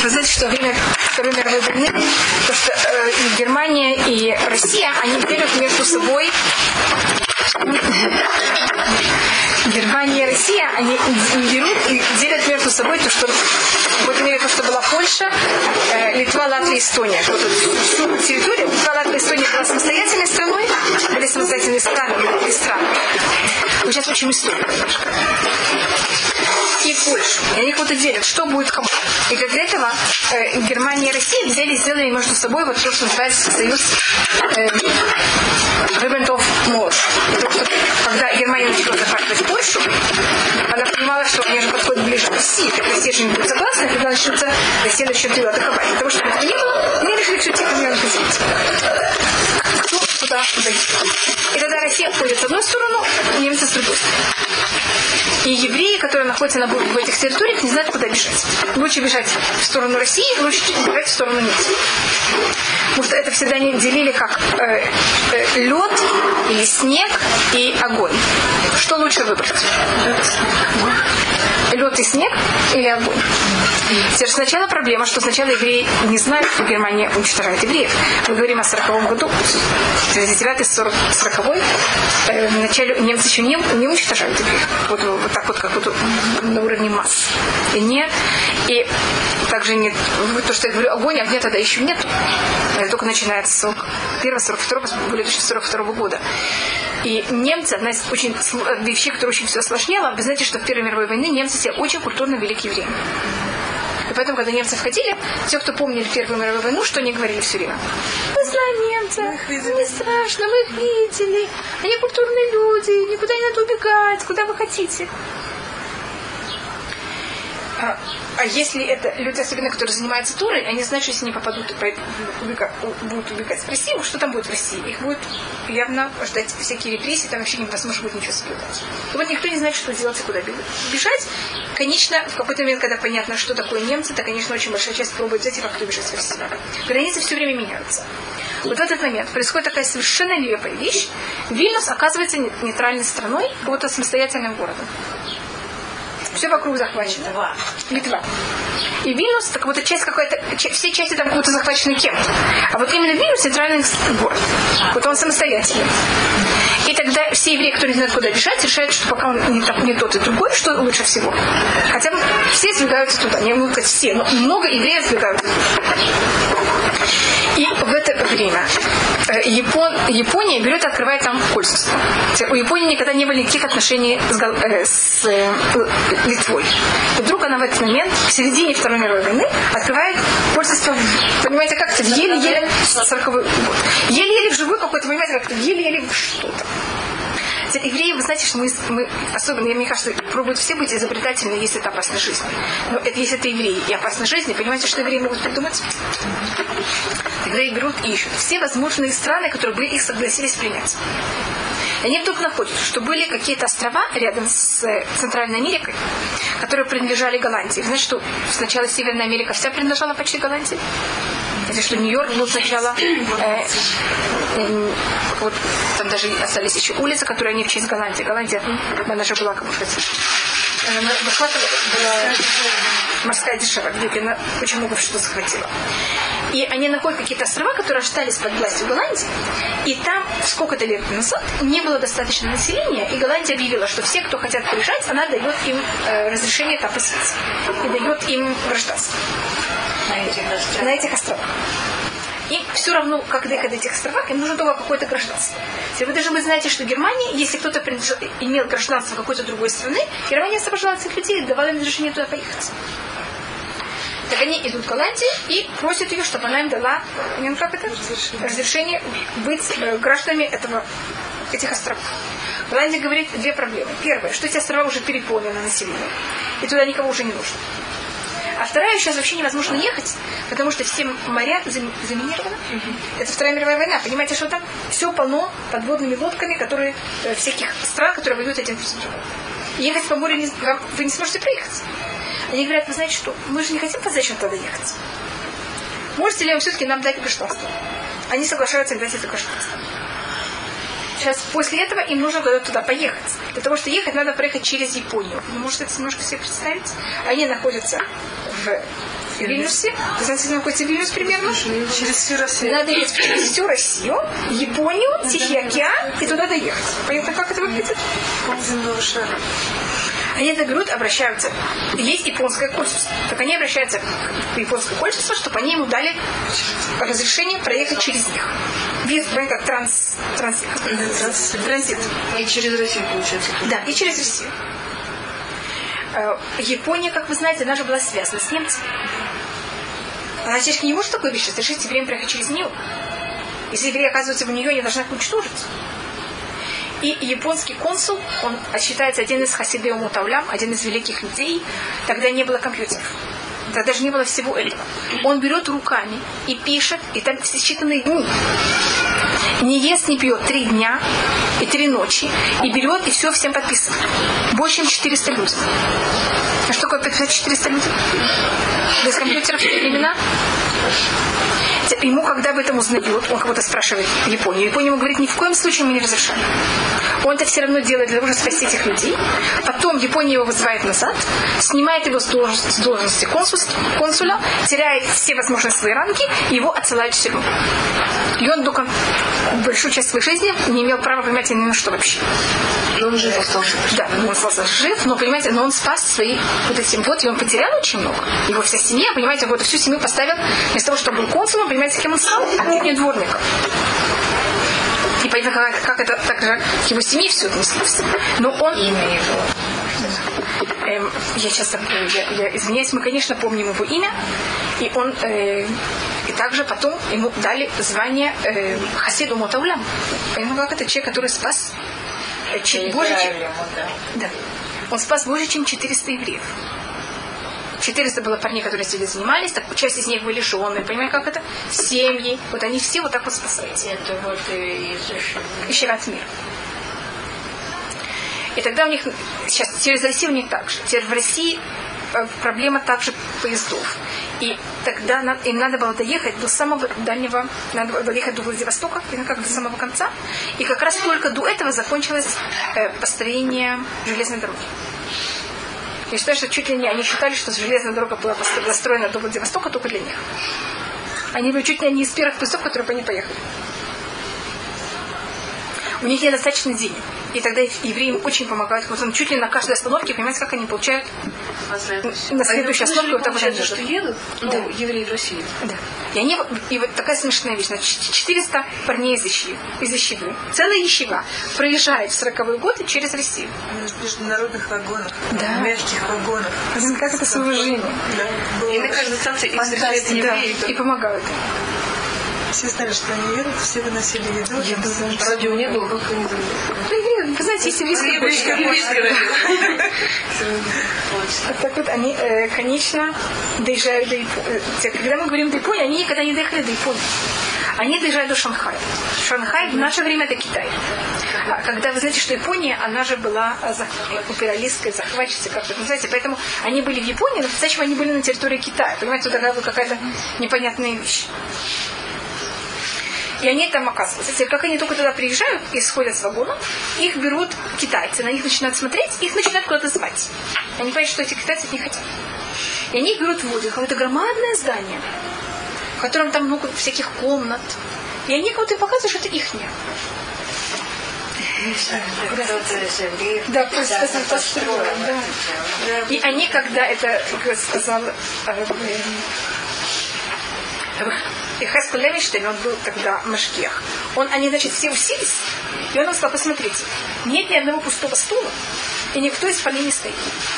Вы знаете, что во время Второй мировой войны, то, что и Германия, и Россия, они делят между собой. Германия и Россия, они берут и делят между собой то, что в какой-то мере то, что была Польша, Литва, Латвия, Эстония. Вот всю территорию Литва, Латвия, Эстония была самостоятельной страной, были самостоятельные страны, были страны. Мы сейчас учим историю немножко. И Польшу. И они кого-то делят, что будет кому. И для этого Германия и Россия взяли и сделали между собой вот то, что называется союз Риббентроп-Молотов. Потому что когда Германия начала захватывать Польшу, она понимала, что они же подходят ближе к России, так Россия же не будет согласна, когда начнется Россия начнет ее атаковать. Для того, чтобы этого не было, они решили, что тихо не надо делать. Кто туда дойдет. И тогда Россия входит с одной стороны, немцы с другой стороны. И евреи, которые находятся в этих территориях, не знают, куда бежать. Лучше бежать в сторону России, лучше бежать в сторону немцев. Потому что это всегда они делили как лед или снег и огонь. Что лучше выбрать? Лед и снег или огонь? Теперь сначала проблема, что сначала евреи не знают, что Германия уничтожает евреев. Мы говорим о 40-м году, 39-40-й, вначале немцы еще не уничтожают евреев. Вот так вот, как вот на уровне масс. И также нет, то, что я говорю, огонь, огня тогда еще нет. Это только начинается с 41-42, более точно 42 года. И немцы, одна из очень вещей, которая очень все осложняла, вы знаете, что в Первой мировой войне немцы себя очень культурно вели к евреям. И поэтому, когда немцы входили, те, кто помнили Первую мировую войну, что они говорили все время? Мы знаем немцев, не страшно, мы их видели, они культурные люди, никуда не надо убегать, куда вы хотите. А если это люди, особенно которые занимаются турой, они знают, что если они попадут, будут убегать в Россию, что там будет в России? Их будет явно ждать всякие репрессии, там вообще невозможно будет ничего соблюдать. И вот никто не знает, что делать и куда бежать. Конечно, в какой-то момент, когда понятно, что такое немцы, то, конечно, очень большая часть пробует взять и как-то убежать в Россию. Границы все время меняются. Вот в этот момент происходит такая совершенно нелепая вещь. Вильнюс оказывается нейтральной страной, как будто самостоятельным городом. Все вокруг захвачено. Литва. И Вильнюс, так вот часть какая-то, все части там как будто захвачены кем-то. А вот именно Вильнюс центральный город. Вот он самостоятельный. И тогда все евреи, которые не знают, куда бежать, решают, что пока он не тот и другой, что лучше всего. Хотя бы все сбегаются туда. Не могу сказать все, но много евреев сбегаются туда. И в это время Япония берет и открывает там консульство. У Японии никогда не было никаких отношений с Литвой. И вдруг она в этот момент, в середине Второй мировой войны, открывает консульство, понимаете, как-то еле-еле 40-й год. Еле-еле в живой какой-то, понимаете, как-то еле-еле в что-то. Евреи, вы знаете, что мы особенно, мне кажется, пробуют все быть изобретательны, если это опасна жизнь. Но это, если это евреи и опасна жизнь, понимаете, что евреи могут придумать? Евреи берут и ищут все возможные страны, которые бы их согласились принять. И они вдруг находят, что были какие-то острова рядом с Центральной Америкой, которые принадлежали Голландии. Знаете, что сначала Северная Америка вся принадлежала почти Голландии? Знаете, что Нью-Йорк был сначала... вот там даже остались еще улицы, которые они в честь Голландии. Голландия, она же была, как бы сказать... была морская держава, где она очень много что захватила. И они находят какие-то острова, которые остались под властью Голландии. И там сколько-то лет назад не было достаточно населения, и Голландия объявила, что все, кто хотят приезжать, она дает им разрешение там поселиться. И дает им гражданство. На этих островах. И все равно, как доехать до этих островах, им нужно только какое-то гражданство. Если вы даже знаете, что Германия, если кто-то имел гражданство какой-то другой страны, Германия освобождала этих людей и давала им разрешение туда поехать. Так они идут в Голландию и просят ее, чтобы она им дала разрешение быть гражданами этих островов. Голландия говорит две проблемы. Первое, что эти острова уже переполнены населением, и туда никого уже не нужно. А вторая, сейчас вообще невозможно ехать, потому что все моря заминированы. Это Вторая мировая война. Понимаете, что там все полно подводными лодками, которые всяких стран, которые воюют этим друг другом. Ехать по морю вы не сможете проехать. Они говорят, вы знаете что, мы же не хотим зачем туда ехать. Можете ли вы все-таки нам дать гражданство? Они соглашаются дать это гражданство. Сейчас после этого им нужно куда-то туда поехать. Для того, чтобы ехать, надо проехать через Японию. Вы можете это немножко себе представить? Они находятся в Вильнюсе. Вы знаете, где находится Вильнюс примерно? Через всю Россию. Надо ехать через всю Россию, Японию, Тихий океан и туда доехать. Понятно, как это выглядит? Земного шара. Они это берут, обращаются. Есть японское консульство. Так они обращаются в японское консульство, чтобы они ему дали разрешение проехать через них. Вид, как транзит. И через Россию, получается. Да, и через Россию. Япония, как вы знаете, она же была связана с немцами. Она все не может такой вещи разрешить евреям проехать через нее. Если евреи оказываются в нее, они должны их уничтожить. И японский консул, он считается один из хасидей Мутавлям, один из великих людей. Тогда не было компьютеров. Тогда даже не было всего этого. Он берет руками и пишет, и там считанные дни. Не ест, не пьет 3 дня и 3 ночи. И берет, и все всем подписывает. Больше, чем 400 людей. А что такое подписать 400 людей? Без компьютеров времена? Ему, когда об этом узнают, он кого-то спрашивает Японию. Япония ему говорит, ни в коем случае мы не разрешаем. Он это все равно делает для того, чтобы спасти этих людей. Потом Япония его вызывает назад, снимает его с должности консуля, теряет все возможные свои ранги, и его отсылают в тюрьму. И он только большую часть своей жизни не имел права понимать ни на что вообще. Но он жив остался. Да, он остался жив, но, понимаете, но он спас свои вот эти годы, и он потерял очень много. Его вся семья, понимаете, вот всю семью поставил, вместо того, чтобы был консулом, понимаете, кем он стал? Не дворником. И понимаете, как это так же его семье все отнеслось. Но он... Имя его. Я сейчас забыла, я извиняюсь, мы, конечно, помним его имя. И он... и также потом ему дали звание Хасиду Мутавлям. Понимаете, как это человек, который спас больше, чем... Да. Он спас больше, чем 400 евреев. 400 было парней, которые с этим занимались, так часть из них были жены, понимаете, как это? Семьи. Вот они все вот так вот спасаются. Это вот и Шират мир. И тогда у них, сейчас через Россию у них так же. Теперь в России проблема также поездов. И тогда им надо было доехать до самого дальнего, надо было доехать до Владивостока, как до самого конца. И как раз только до этого закончилось построение железной дороги. Я считаю, что чуть ли не они считали, что железная дорога была построена до Владивостока только для них. Они были чуть ли не из первых поездов, которые по ней поехали. У них недостаточно денег. И тогда евреи им очень помогают. Вот он чуть ли на каждой остановке, понимаете, как они получают на следующей остановке вот так вот они что едут? Да. Ну, евреи в России. Да. И вот такая смешная вещь. Значит, 400 парней из Ищивы. Целая Ищива проезжает в 40-е годы через Россию. В международных вагонах. Да. В мягких вагонах. Как это с уважением. Да. И на каждой станции их встречают евреи. И помогают. Все знали, что они едут, все выносили еду. Радио не было, как они были. Вы знаете, есть еврейское. Так вот, они, конечно, доезжают до Японии. Когда мы говорим до Японии, они никогда не доехали до Японии. Они доезжают до Шанхая. Шанхай в наше время это Китай. Когда вы знаете, что Япония, она же была империалистской, захватчицей, как вы знаете, поэтому они были в Японии, но представьте, они были на территории Китая. Понимаете, вот такая вот какая-то непонятная вещь. И они там оказываются. Теперь, как они только туда приезжают и сходят с вагона, их берут китайцы, на них начинают смотреть, их начинают куда-то звать. Они понимают, что эти китайцы не хотят. И они их берут в воду, какое-то громадное здание, в котором там много всяких комнат. И они кого-то показывают, что это их нет. Да, просто построил. Да. И они, когда это сказал Хескель Левинштейн, он был тогда Машгех. Они, значит, все уселись, и он им сказал, посмотрите, нет ни одного пустого стула, и никто из парней не стоит.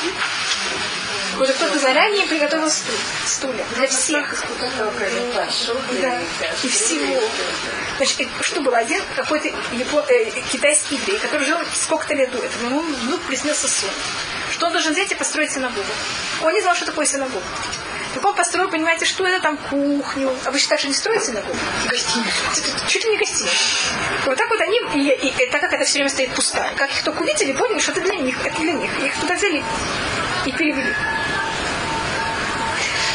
Кто-то заранее приготовил стулья для всех. Да. И всего. Значит, что было? Один какой-то китайский еврей, который жил сколько-то лет до этого. Ему вдруг приснился сон, что он должен взять и построить синагогу. Он не знал, что такое синагога. Так он построил, понимаете, что это там кухню. Обычно так же не строят синагогу. Гостиницу. Чуть ли не гостиницу. Вот так вот они, и так как это все время стоит пустая, как их только увидели, поняли, что это для них, это для них. Их туда взяли и перевели.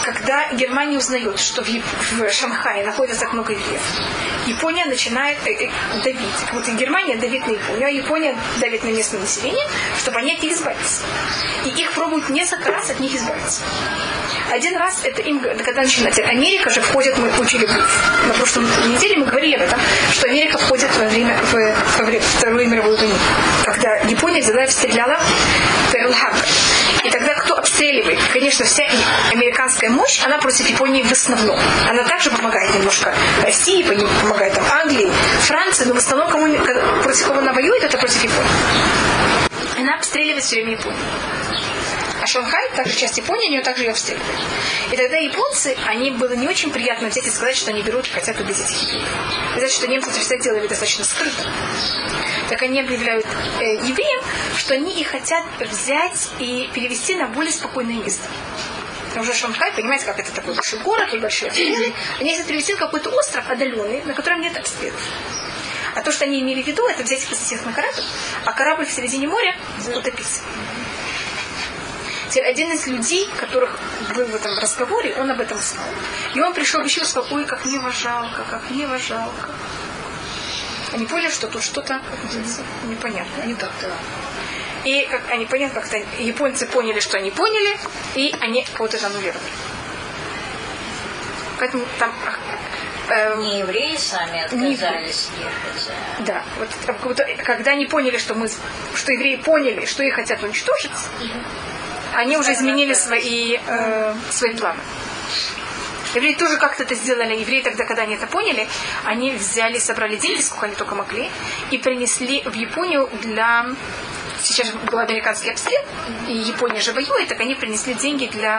когда Германия узнает, что в Шанхае находится так много евреев, Япония начинает давить. Вот и Германия давит на Японию, а Япония давит на местное население, чтобы они от них избавиться. И их пробуют несколько раз от них избавиться. Один раз, это им, когда начинается, Америка же входит, мы учили на прошлой неделе, мы говорили об этом, что Америка входит во время Второй мировой войны, когда Япония взяла и обстреляла Перл-Харбор. И тогда кто обстреливает? Конечно, вся американская мощь, она против Японии в основном. Она также помогает немножко России, помогает там Англии, Франции, но в основном против кого она воюет, это против Японии. Она обстреливает все время Японию. А Шанхай, также часть Японии, они также ее обстреливают. И тогда японцы, они было не очень приятно взять и сказать, что они берут и хотят убить этих евреев. Сказать, что немцы это всегда делали достаточно скрыто. Так они объявляют евреям, что они их хотят взять и перевести на более спокойное место. Потому что Шанхай, понимаете, как это такой большой город, и большие обстрелы. Они хотят перевести на какой-то остров отдаленный, на котором нет обстрелов. А то, что они имели в виду, это взять и посадить на корабль, а корабль в середине моря утопить. Теперь один из людей, которых был в этом разговоре, он об этом знал. И он пришел еще и сказал: ой, как мне вас жалко, как мне вас жалко. Они поняли, что тут что-то непонятно, не так. И как они понятно, как-то японцы поняли, что они поняли, и они кого-то там уверовали. Поэтому там не евреи сами отказались ехать. Да, вот когда они поняли, что евреи поняли, что их хотят уничтожить, они уже изменили свои планы. Евреи тоже как-то это сделали. Евреи тогда, когда они это поняли, они взяли, собрали деньги, сколько они только могли, и принесли в Японию для... Сейчас был американский обстрел, и Япония же воюет, так они принесли деньги для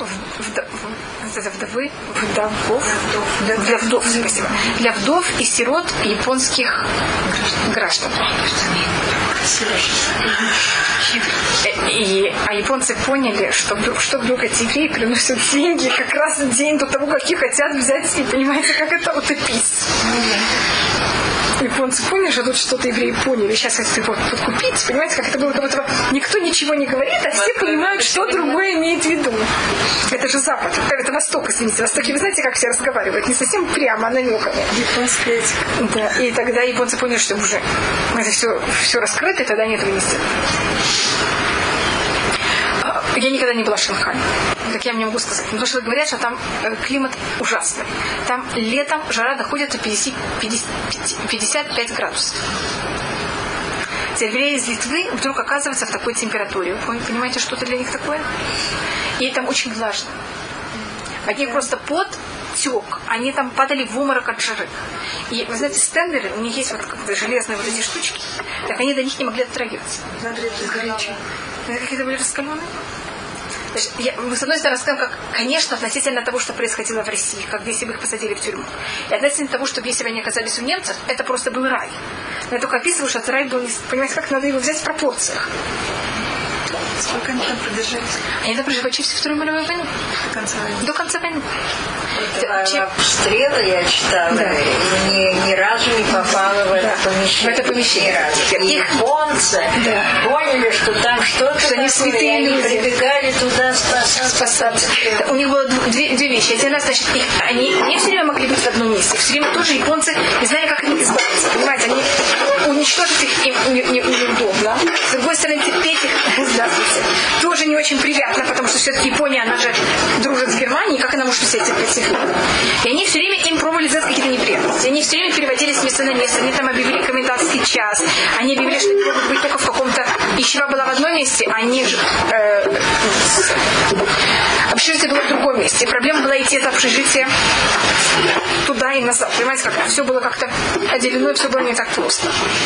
для вдов и сирот японских граждан. А японцы поняли, что вдруг эти евреи приносят деньги как раз в день до того, как их хотят взять, и понимаете, как это утопить. Японцы поняли, что тут что-то евреи поняли, сейчас хотят его подкупить, понимаете, как это было до этого. Никто ничего не говорит, а все понимают, что другое имеет в виду. Это же Запад, это Восток, извините. Востоке, вы знаете, как все разговаривают, не совсем прямо, а намеками. Японская этика. Да, и тогда японцы поняли, что уже это все раскрыто, и тогда они этого не сделали. Я никогда не была в Шанхае, так я вам не могу сказать. Потому что говорят, что там климат ужасный. Там летом жара доходит до 55 градусов. Евреи из Литвы вдруг оказываются в такой температуре. Вы понимаете, что это для них такое? И там очень влажно. От них просто пот тек. Они там падали в обморок от жары. И вы знаете, стендеры, у них есть вот железные вот эти штучки, так они до них не могли дотрагиваться. Горячие. Какие-то были раскаленные. Мы с одной стороны рассказываем, как, конечно, относительно того, что происходило в России, как если бы их посадили в тюрьму. И относительно того, что если бы они оказались у немцев, это просто был рай. Но я только описываю, что этот рай был, понимаете, как надо его взять в пропорциях. Сколько они там продержались? Они там проживали почти Вторую мировую войну. До конца войны. Обстрелы я читала, да. И ни разу не попала в это помещение. В это помещение. Японцы поняли, что там что-то, что они святые люди. Прибегали туда спасаться. У них было две вещи. Один раз, значит, они не все время могли быть в одном месте. Все время тоже японцы не знали, как от них избавиться. Понимаете, они уничтожить их им неудобно. С другой стороны, терпеть их, здравствуйте, тоже не очень приятно, потому что все-таки Япония, она же дружит с Германией, как она может все терпеть их? И они все время им пробовали сделать какие-то неприятности. Они все время переводились с места на место. Они там объявили комендантский час. Они объявили, что они могут быть только в каком-то... Ищева была в одном месте, а они общежитие было в другом месте. И проблема была идти от общежития туда и назад. Понимаете, как все было как-то отделено, и все было не так просто.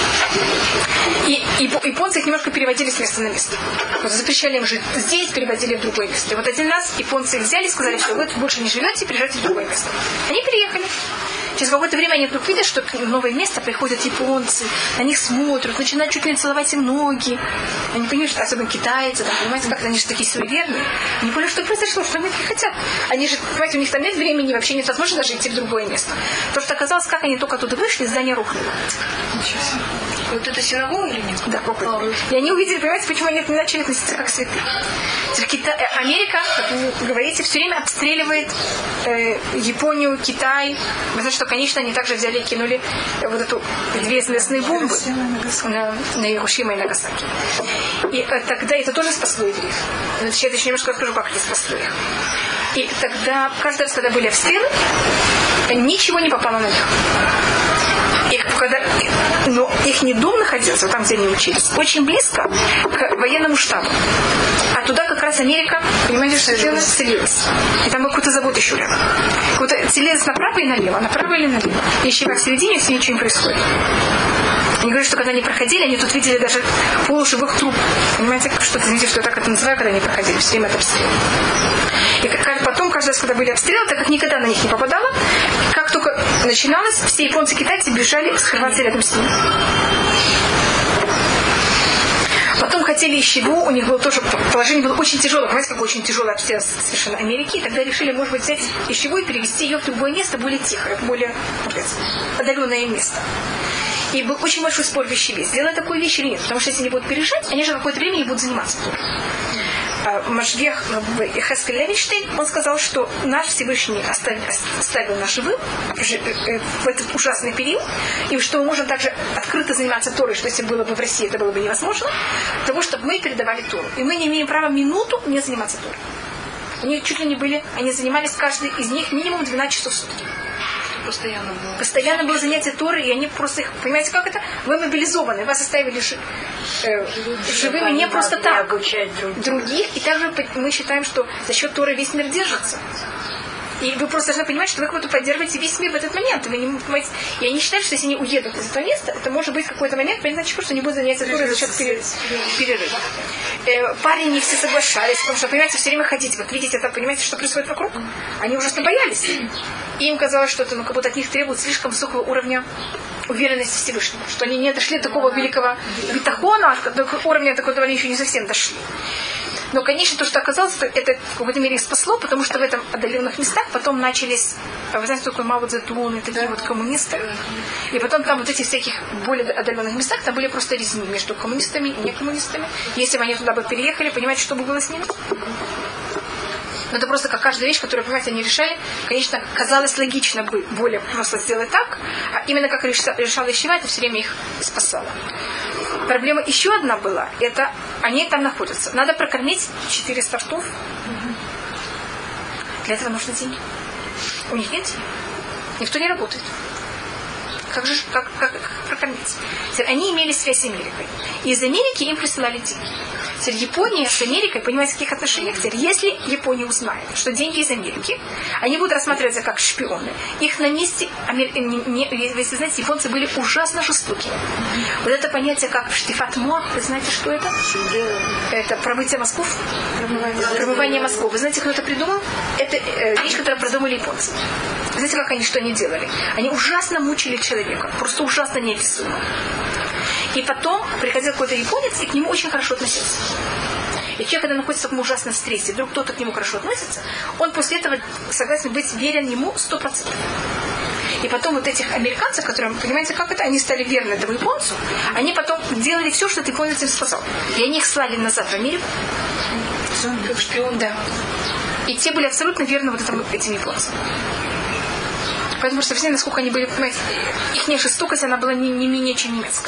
И японцы их немножко переводили с места на место. Вот запрещали им жить здесь, переводили в другое место. И вот один раз японцы их взяли и сказали, что вы тут больше не живете, приезжайте в другое место. Они приехали. Через какое-то время они вдруг видят, что в новое место приходят японцы, на них смотрят, начинают чуть ли не целовать им ноги. Они понимают, что особенно китайцы, там, понимаете, как они же такие суеверные. Они поняли, что произошло. пришло, что они не хотят. Они же, понимаете, у них там нет времени, вообще нет возможности даже идти в другое место. Потому что оказалось, как они только оттуда вышли, здание рухнуло. Вот это синагога или нет? Да, и они увидели, понимаете, почему они не начали относиться как святые. Америка, как вы говорите, все время обстреливает Японию, Китай. Вы знаете, что, конечно, они также взяли и кинули вот эту две известные бомбы на Хиросиму и Нагасаки. И тогда это тоже спасло евреев. Сейчас я еще немножко расскажу, как они спасли их. И тогда, каждый раз, когда были обстрелы, ничего не попало на них. Но их дом находился, там, где они учились, очень близко к военному штабу. А туда как раз Америка, понимаете, что делала? Целилась. И там был какой-то завод еще рядом. Целилась направо и налево, направо или налево. И еще в середине все ничего не происходит. Они говорят, что когда они проходили, они тут видели даже полуживых труп. Понимаете, что извините, что я так это называю, когда они проходили, все время это обстрел. И потом, каждый раз, когда были обстрелы, так как никогда на них не попадало, как только начиналось, все японцы и китайцы бежали скрываться рядом с ними. Потом хотели Ищеву, у них было тоже положение было очень тяжелое. Понимаете, какой очень тяжелый обстрел совершенно Америки. И тогда решили, может быть, взять Ищеву и перевести ее в другое место, более тихое, более, может быть, отдаленное место. И был очень большой спор в Ищеве. Сделать такую вещь или нет? Потому что если они будут переезжать, они же какое-то время не будут заниматься. Машгех Хескель Левинштейн, он сказал, что наш Всевышний оставил нас живым в этот ужасный период, и что мы можем также открыто заниматься Торой, что если было бы в России, это было бы невозможно, того, чтобы мы передавали Тору. И мы не имеем права минуту не заниматься Торой. Они чуть ли не были, они занимались каждый из них минимум 12 часов в сутки. Постоянно было занятие Торы, и они просто их, понимаете, как это? Вы мобилизованы, вас оставили живыми не просто так, других. И также мы считаем, что за счет Торы весь мир держится. И вы просто должны понимать, что вы как будто поддерживаете весь мир в этот момент. Вы не понимаете. И они считают, что если они уедут из этого места, это может быть какой-то момент, понятно, что они будут заняться Торой за счет перерыва. Парни не все соглашались, потому что, понимаете, все время ходить. Вот видите, это, понимаете, что происходит вокруг? Они ужасно боялись. И им казалось, что это, как будто от них требует слишком высокого уровня уверенности Всевышнего, что они не дошли до такого великого битахона, до уровня такого они еще не совсем дошли. Но, конечно, то, что оказалось, это в какой-то мере их спасло, потому что в этом отдаленных местах потом начались, вы знаете, такой Мао Цзэдун, такие вот коммунисты. И потом там вот этих всяких более отдаленных местах, там были просто резни между коммунистами и некоммунистами. Если бы они туда бы переехали, понимаете, что бы было с ними? Но это просто как каждая вещь, которую, понимаете, они решали. Конечно, казалось логично бы более просто сделать так, а именно как решала Ищева, это все время их спасало. Проблема еще одна была, это они там находятся. Надо прокормить 400 ртов. Для этого нужны деньги. У них нет денег. Никто не работает. Как прокормить? Они имели связь с Америкой. И из Америки им присылали деньги. Теперь Япония с Америкой, понимаете, в каких отношениях? Теперь, если Япония узнает, что деньги из Америки, они будут рассматриваться как шпионы. Их на месте, если знаете, японцы были ужасно жестокие. Вот это понятие как штифат мох, вы знаете, что это? Это промытие мозгов. Промывание мозгов. Вы знаете, кто это придумал? Это вещь, которую придумали японцы. Знаете, как они, что они делали? Они ужасно мучили человека. Просто ужасно неописуемо. И потом приходил какой-то японец и к нему очень хорошо относился. И человек, когда находится в таком ужасном стрессе, вдруг кто-то к нему хорошо относится, он после этого согласен быть верен ему 100%. И потом вот этих американцев, которые, понимаете, как это, они стали верны этому японцу, они потом делали все, что этот японец им сказал. И они их слали назад в Америку. Как шпион, да. И те были абсолютно верны вот этим японцам. Поэтому, что все, насколько они были, понимаете, их жестокость, она была не менее, чем немецкая.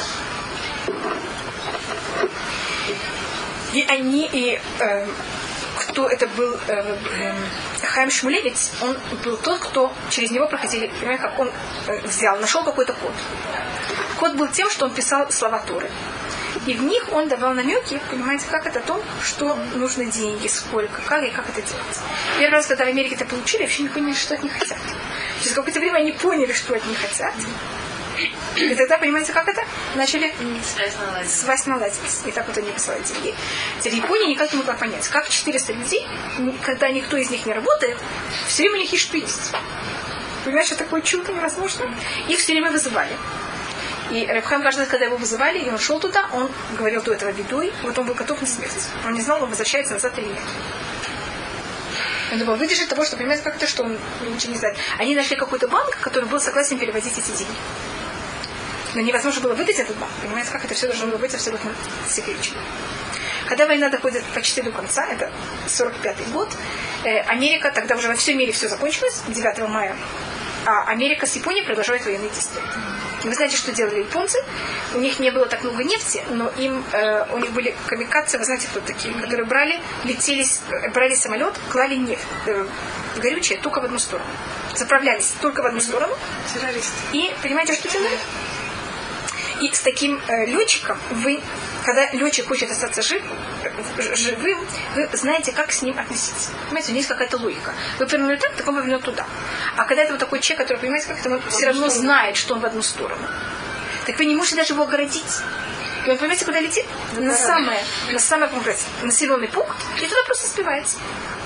И они, кто это был, Хаим Шмулевиц, он был тот, кто через него проходили, понимаете, как он нашел какой-то код. Код был тем, что он писал слова Торы. И в них он давал намеки, понимаете, как это о том, что нужны деньги, сколько, как и как это делать. Первый раз, когда в Америке это получили, вообще не поняли, что от них хотят. Через какое-то время они поняли, что от них хотят. И тогда, понимаете, как это? Начали связь наладилась. И так вот они посылали деньги. Теперь Япония никак не могла понять, как 400 людей, когда никто из них не работает, все время у них есть что есть. Понимаешь, что такое чудо невозможно? Их все время вызывали. И Реб Хаим каждый раз, когда его вызывали, и он шел туда, он говорил до этого бедой, вот он был готов на смерть. Он не знал, он возвращается назад или нет. Надо было выдержать того, что понимаете, как это, что он ничего не знает. Они нашли какой-то банк, который был согласен перевозить эти деньги. Но невозможно было выдать этот банк. Понимаете, как это все должно было быть абсолютно секретно. Когда война доходит почти до конца, это 45-й год, Америка, тогда уже во всем мире все закончилось, 9 мая, а Америка с Японией продолжают военные действия. Вы знаете, что делали японцы? У них не было так много нефти, но у них были камикадзе, вы знаете, кто такие, которые брали самолет, клали нефть, горючее только в одну сторону. Заправлялись только в одну сторону. Террористы. И понимаете, что делали? И с таким летчиком когда летчик хочет остаться живым, вы знаете, как с ним относиться. Понимаете, у него есть какая-то логика. Вы повернули так он повернет туда. А когда это вот такой человек, который, понимаете, как-то он все равно знает, что он в одну сторону, так вы не можете даже его огородить. И он, понимаете, куда летит? На самый населенный пункт, и туда просто сбивается.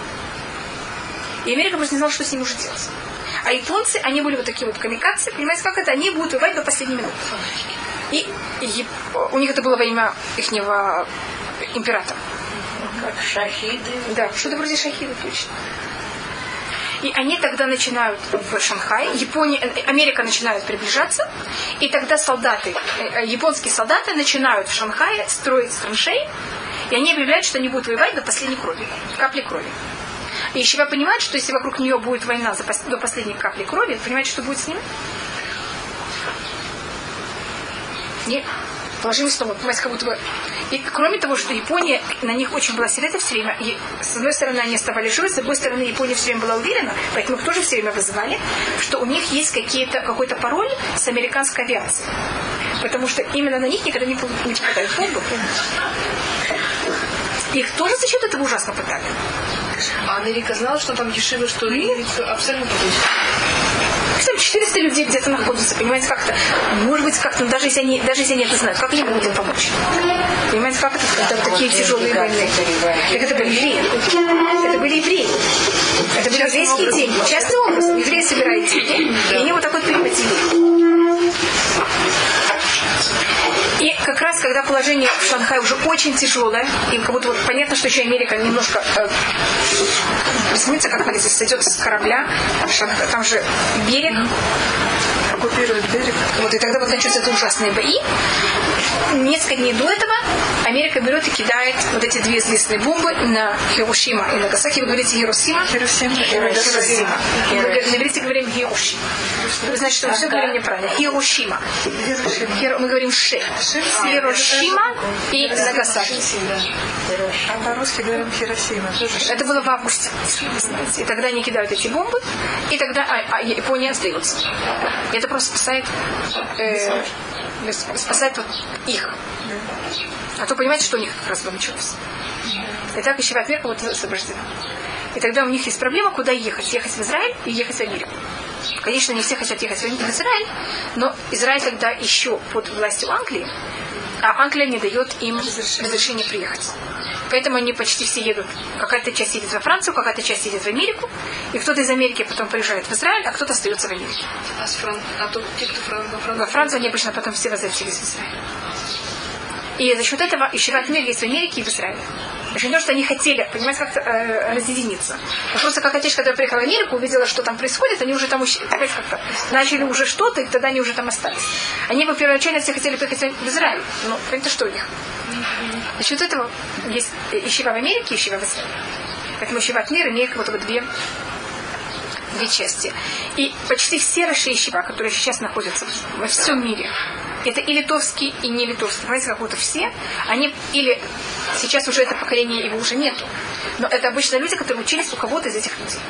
И Америка просто не знала, что с ним уже делать. А японцы, они были вот такие вот камикадзе, понимаете, как это? Они будут воевать до последней минуты. И у них это было во имя ихнего императора. Как шахиды. Да, что-то вроде шахиды, точно. И они тогда начинают в Шанхае, Америка начинает приближаться, и тогда японские солдаты начинают в Шанхае строить траншеи, и они объявляют, что они будут воевать до последней крови, капли крови. И Ешива понимает, что если вокруг нее будет война до последней капли крови, понимаете, что будет с ними? Нет. Положили снова, понимаете, как будто бы... И кроме того, что Япония на них очень была сердита все время, и с одной стороны они оставались живы, с другой стороны Япония все время была уверена, поэтому их тоже все время вызывали, что у них есть какой-то пароль с американской авиацией. Потому что именно на них никогда не попадают бомбы. Их тоже за счет этого ужасно пытали. А Америка знала, что там ешивы, что ли? Абсолютно точно. Там 400 людей где-то находятся, понимаете, как-то. Может быть, как-то, даже если они это знают, как они могут им помочь? Понимаете, как это, когда такие тяжелые войны? Так это были евреи. Это были евреи. Это были еврейские деньги. Частным образом. Евреи собирают деньги, и они вот так вот переводили. И как раз, когда положение в Шанхае уже очень тяжелое, и как будто вот понятно, что еще Америка немножко присмотрится, как она здесь сойдет с корабля, там же берег, оккупирует берег. Вот, и тогда вот начнутся эти ужасные бои. Несколько дней до этого Америка берет и кидает вот эти две известные бомбы на Хиросима и Нагасаки. Вы говорите Хиросима? Хиросима. На иврите говорим Хирошима. Вы знаете, что мы все говорим неправильно. Хиросима. Мы говорим Ше. Хиросима и Нагасаки. А по-русски говорим Хиросима. Это было в августе. И тогда они кидают эти бомбы, и тогда Япония остается. И это просто спасает вот их. А то понимаете, что у них как раз началось. И так еще Америка вот освобождена. И тогда у них есть проблема, куда ехать. Ехать в Израиль и ехать в Америку. Конечно, не все хотят ехать в Израиль, но Израиль тогда еще под властью Англии, а Англия не дает им разрешения приехать. Поэтому они почти все едут. Какая-то часть едет во Францию, какая-то часть едет в Америку. И кто-то из Америки потом приезжает в Израиль, а кто-то остается в Америке. Во Францию они обычно потом все возвратились в Израиль. И за счет этого еще в мире есть в Америке и в Израиле. Очень то, что они хотели, понимаете, как-то разъединиться. Но просто как отец, когда приехала в Америку, увидела, что там происходит, они уже там как-то начали уже что-то, и тогда они уже там остались. Они бы первоначально все хотели приехать в Израиль. Но понимаете, что у них? За счет этого есть ешива в Америке и ешива в Израиле. Поэтому ешива мир имеет вот две части. И почти все раши ешива, которые сейчас находятся во всем мире, это и литовские, и не литовские. Понимаете, как будто все, они или сейчас уже это поколение его уже нету, но это обычно люди, которые учились у кого-то из этих людей.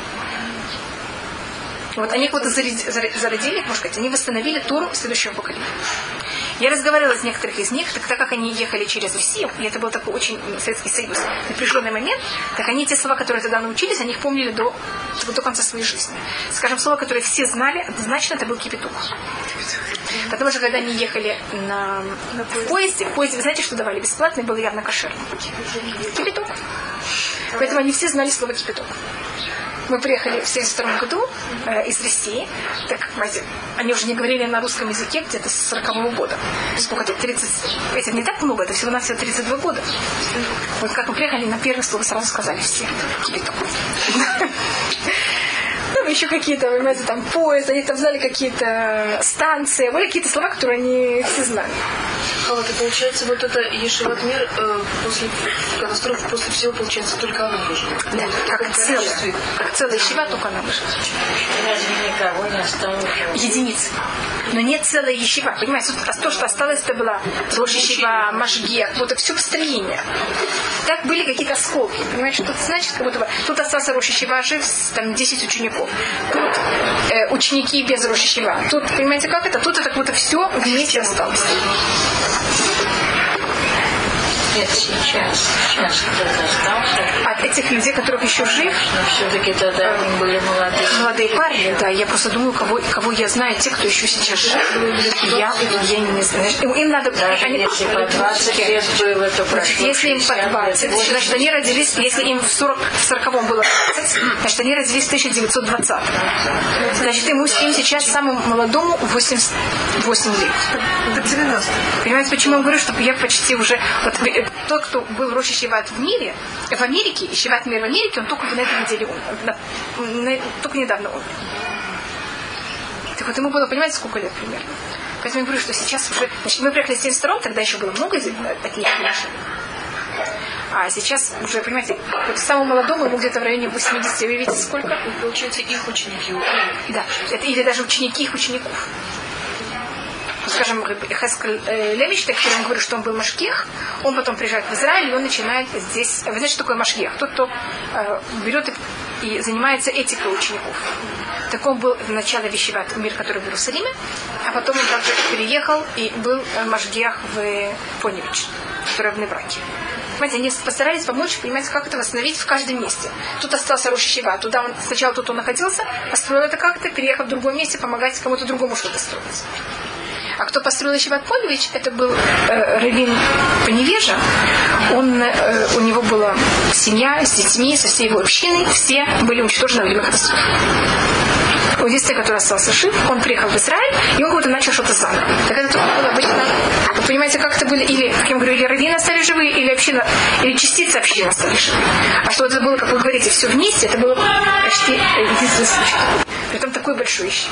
Вот они кого-то зародили, можно сказать, они восстановили Тору следующего поколения. Я разговаривала с некоторых из них, так как они ехали через Россию, и это был такой очень Советский Союз напряженный момент, так они те слова, которые тогда научились, они их помнили до конца своей жизни. Скажем, слово, которое все знали, однозначно это был кипяток. Потому что когда они ехали в поезде, вы знаете, что давали бесплатно, было явно кошерно. Кипяток. Поэтому они все знали слово кипяток. мы приехали в 1972 году из России. Так, знаете, они уже не говорили на русском языке где-то с 40-го года. Сколько это? 30... Это не так много, это всего-навсего 32 года. Вот как мы приехали, на первое слово сразу сказали все. Кипяток. Там еще какие-то, понимаете, там поезд, они там знали какие-то станции, были какие-то слова, которые они все знали. А вот и получается, вот это Ешиват Мир после катастрофы, после всего, получается, только она выжила. Да, как целая Ешива, только она выжила. Разве никого не осталось? Единицы. Но не целая Ешива. Понимаете, то, что осталось, это была Рош Ешива, Машгех, вот это все построение. Так были какие-то осколки. Понимаете, что это значит, как будто бы тут остался Рош Ешива жив, там 10 учеников. Тут ученики без Рош Ешива. Тут, понимаете, как это? Тут это как будто все вместе осталось. Нет, сейчас кто-то остался. От этих людей, которых еще жив. Но все-таки тогда они были молодые. Молодые парни, да. Я просто думаю, кого я знаю, те, кто еще сейчас жив. Я не знаю. Им надо... Даже они, если по 20 лет было, то прошло. Если им по 20, значит, они родились, если им в 40-м было 20, значит, они родились в 1920. Значит, им сейчас самому молодому 88 лет. Это 90. Понимаете, почему я говорю, что я почти уже... Вот, тот, кто был Рош Ешиват в мире, в Америке, Ешиват Мир в Америке, он только на этой неделе умер. Только недавно умер. Так вот, ему было, понимаете, сколько лет примерно? Поэтому я говорю, что сейчас уже... Значит, мы приехали в 72-м, тогда еще было много таких решений. А сейчас уже, понимаете, вот самому молодому ему где-то в районе 80. Вы видите, сколько? И получается, их ученики. Да. Это, или даже ученики их учеников. Скажем, Хескель Левич, так я говорю, что он был Машгех, он потом приезжает в Израиль, и он начинает здесь... Вы знаете, что такое Машгех? Тот, кто берет и занимается этикой учеников. Так он был в начале Ешиват Мир, который в Иерусалиме, а потом он также переехал и был Машгех в Поневич, который в Небраке. Понимаете, они постарались помочь, понимаете, как это восстановить в каждом месте. Тут остался Рош Ешива, туда он, сначала тут он находился, построил это как-то, переехал в другое месте, помогать кому-то другому что-то строить. А кто построил Ешиват Поневич, это был раввин Поневежа. У него была семья с детьми, со всей его общиной. Все были уничтожены во время катастрофы. Единственный, который остался жив, он приехал в Израиль, и он как будто начал что-то заново. Так это было обычно... Вы понимаете, как это были, или, как я говорю, или раввины остались живы, или община, или частицы общины остались живы. А что это было, как вы говорите, все вместе, это было почти единственный случай. Притом такой большой еще.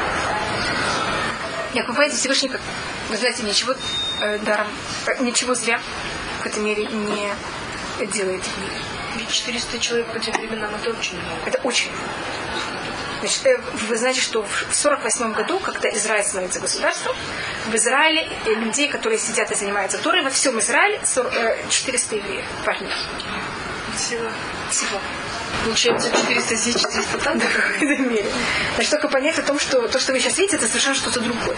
Как вы понимаете, Всевышний, как вы знаете, ничего даром, ничего зря в этом мире не делает в мире. Ведь 400 человек по тем временам это очень много. Это очень много. Значит, вы знаете, что в 1948 году, когда Израиль становится государством, в Израиле людей, которые сидят и занимаются Торой, во всем Израиле 400 евреев, парней. Всего. Получается 400 здесь, 400 там? Да, в этом мире. Значит, только понять о том, что то, что вы сейчас видите, это совершенно что-то другое.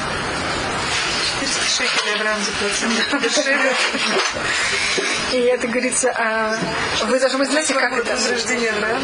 400 шекелей Авраам заплатил. И это говорится, вы даже вы знаете, как это... Возрождение Авраама.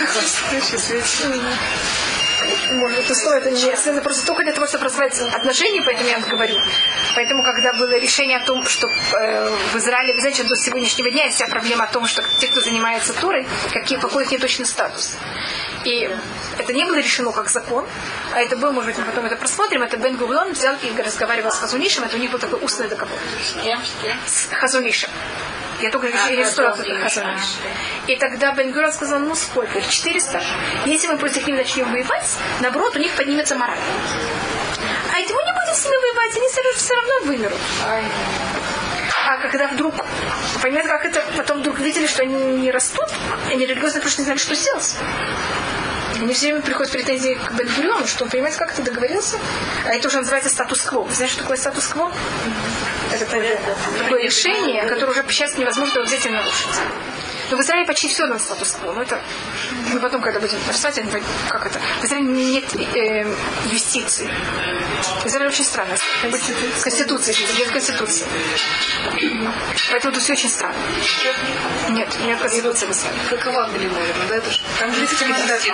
Может, это стоит, это просто только для того, чтобы развивать отношения, поэтому я вам говорю. Поэтому, когда было решение о том, что в Израиле, вы знаете, до сегодняшнего дня вся проблема о том, что те, кто занимается Торой, какой их неточный статус. И это не было решено как закон, а это был, может быть, мы потом это просмотрим, это Бен-Гурион взял и разговаривал с Хазунишем, это у них был такой устный договор. С Хазунишем. Я только историю Хазуниш. И тогда Бен-Гурион сказал, ну сколько? 400. Если мы против них начнем воевать, наоборот, у них поднимется мораль. А если мы не будем с ними воевать, они все равно вымерут. А когда вдруг, понимаете, как это, потом вдруг видели, что они не растут, они религиозно просто не знали, что сделать. Они все время приходят претензии к Бен-Гуриону, что он, понимаете, как это договорился. А это уже называется статус-кво. Вы знаете, что такое статус-кво? Это такое решение, которое уже сейчас невозможно взять и нарушить. Но в Израиле почти все на статус-кво. Но это мы потом, когда будем рассматривать, как это. В Израиле нет юстиции. В Израиле очень странно. Конституция. Нет конституции. Поэтому это все очень странно. Нет конституции в Израиле. Как в Англии, наверное, да? Это же английский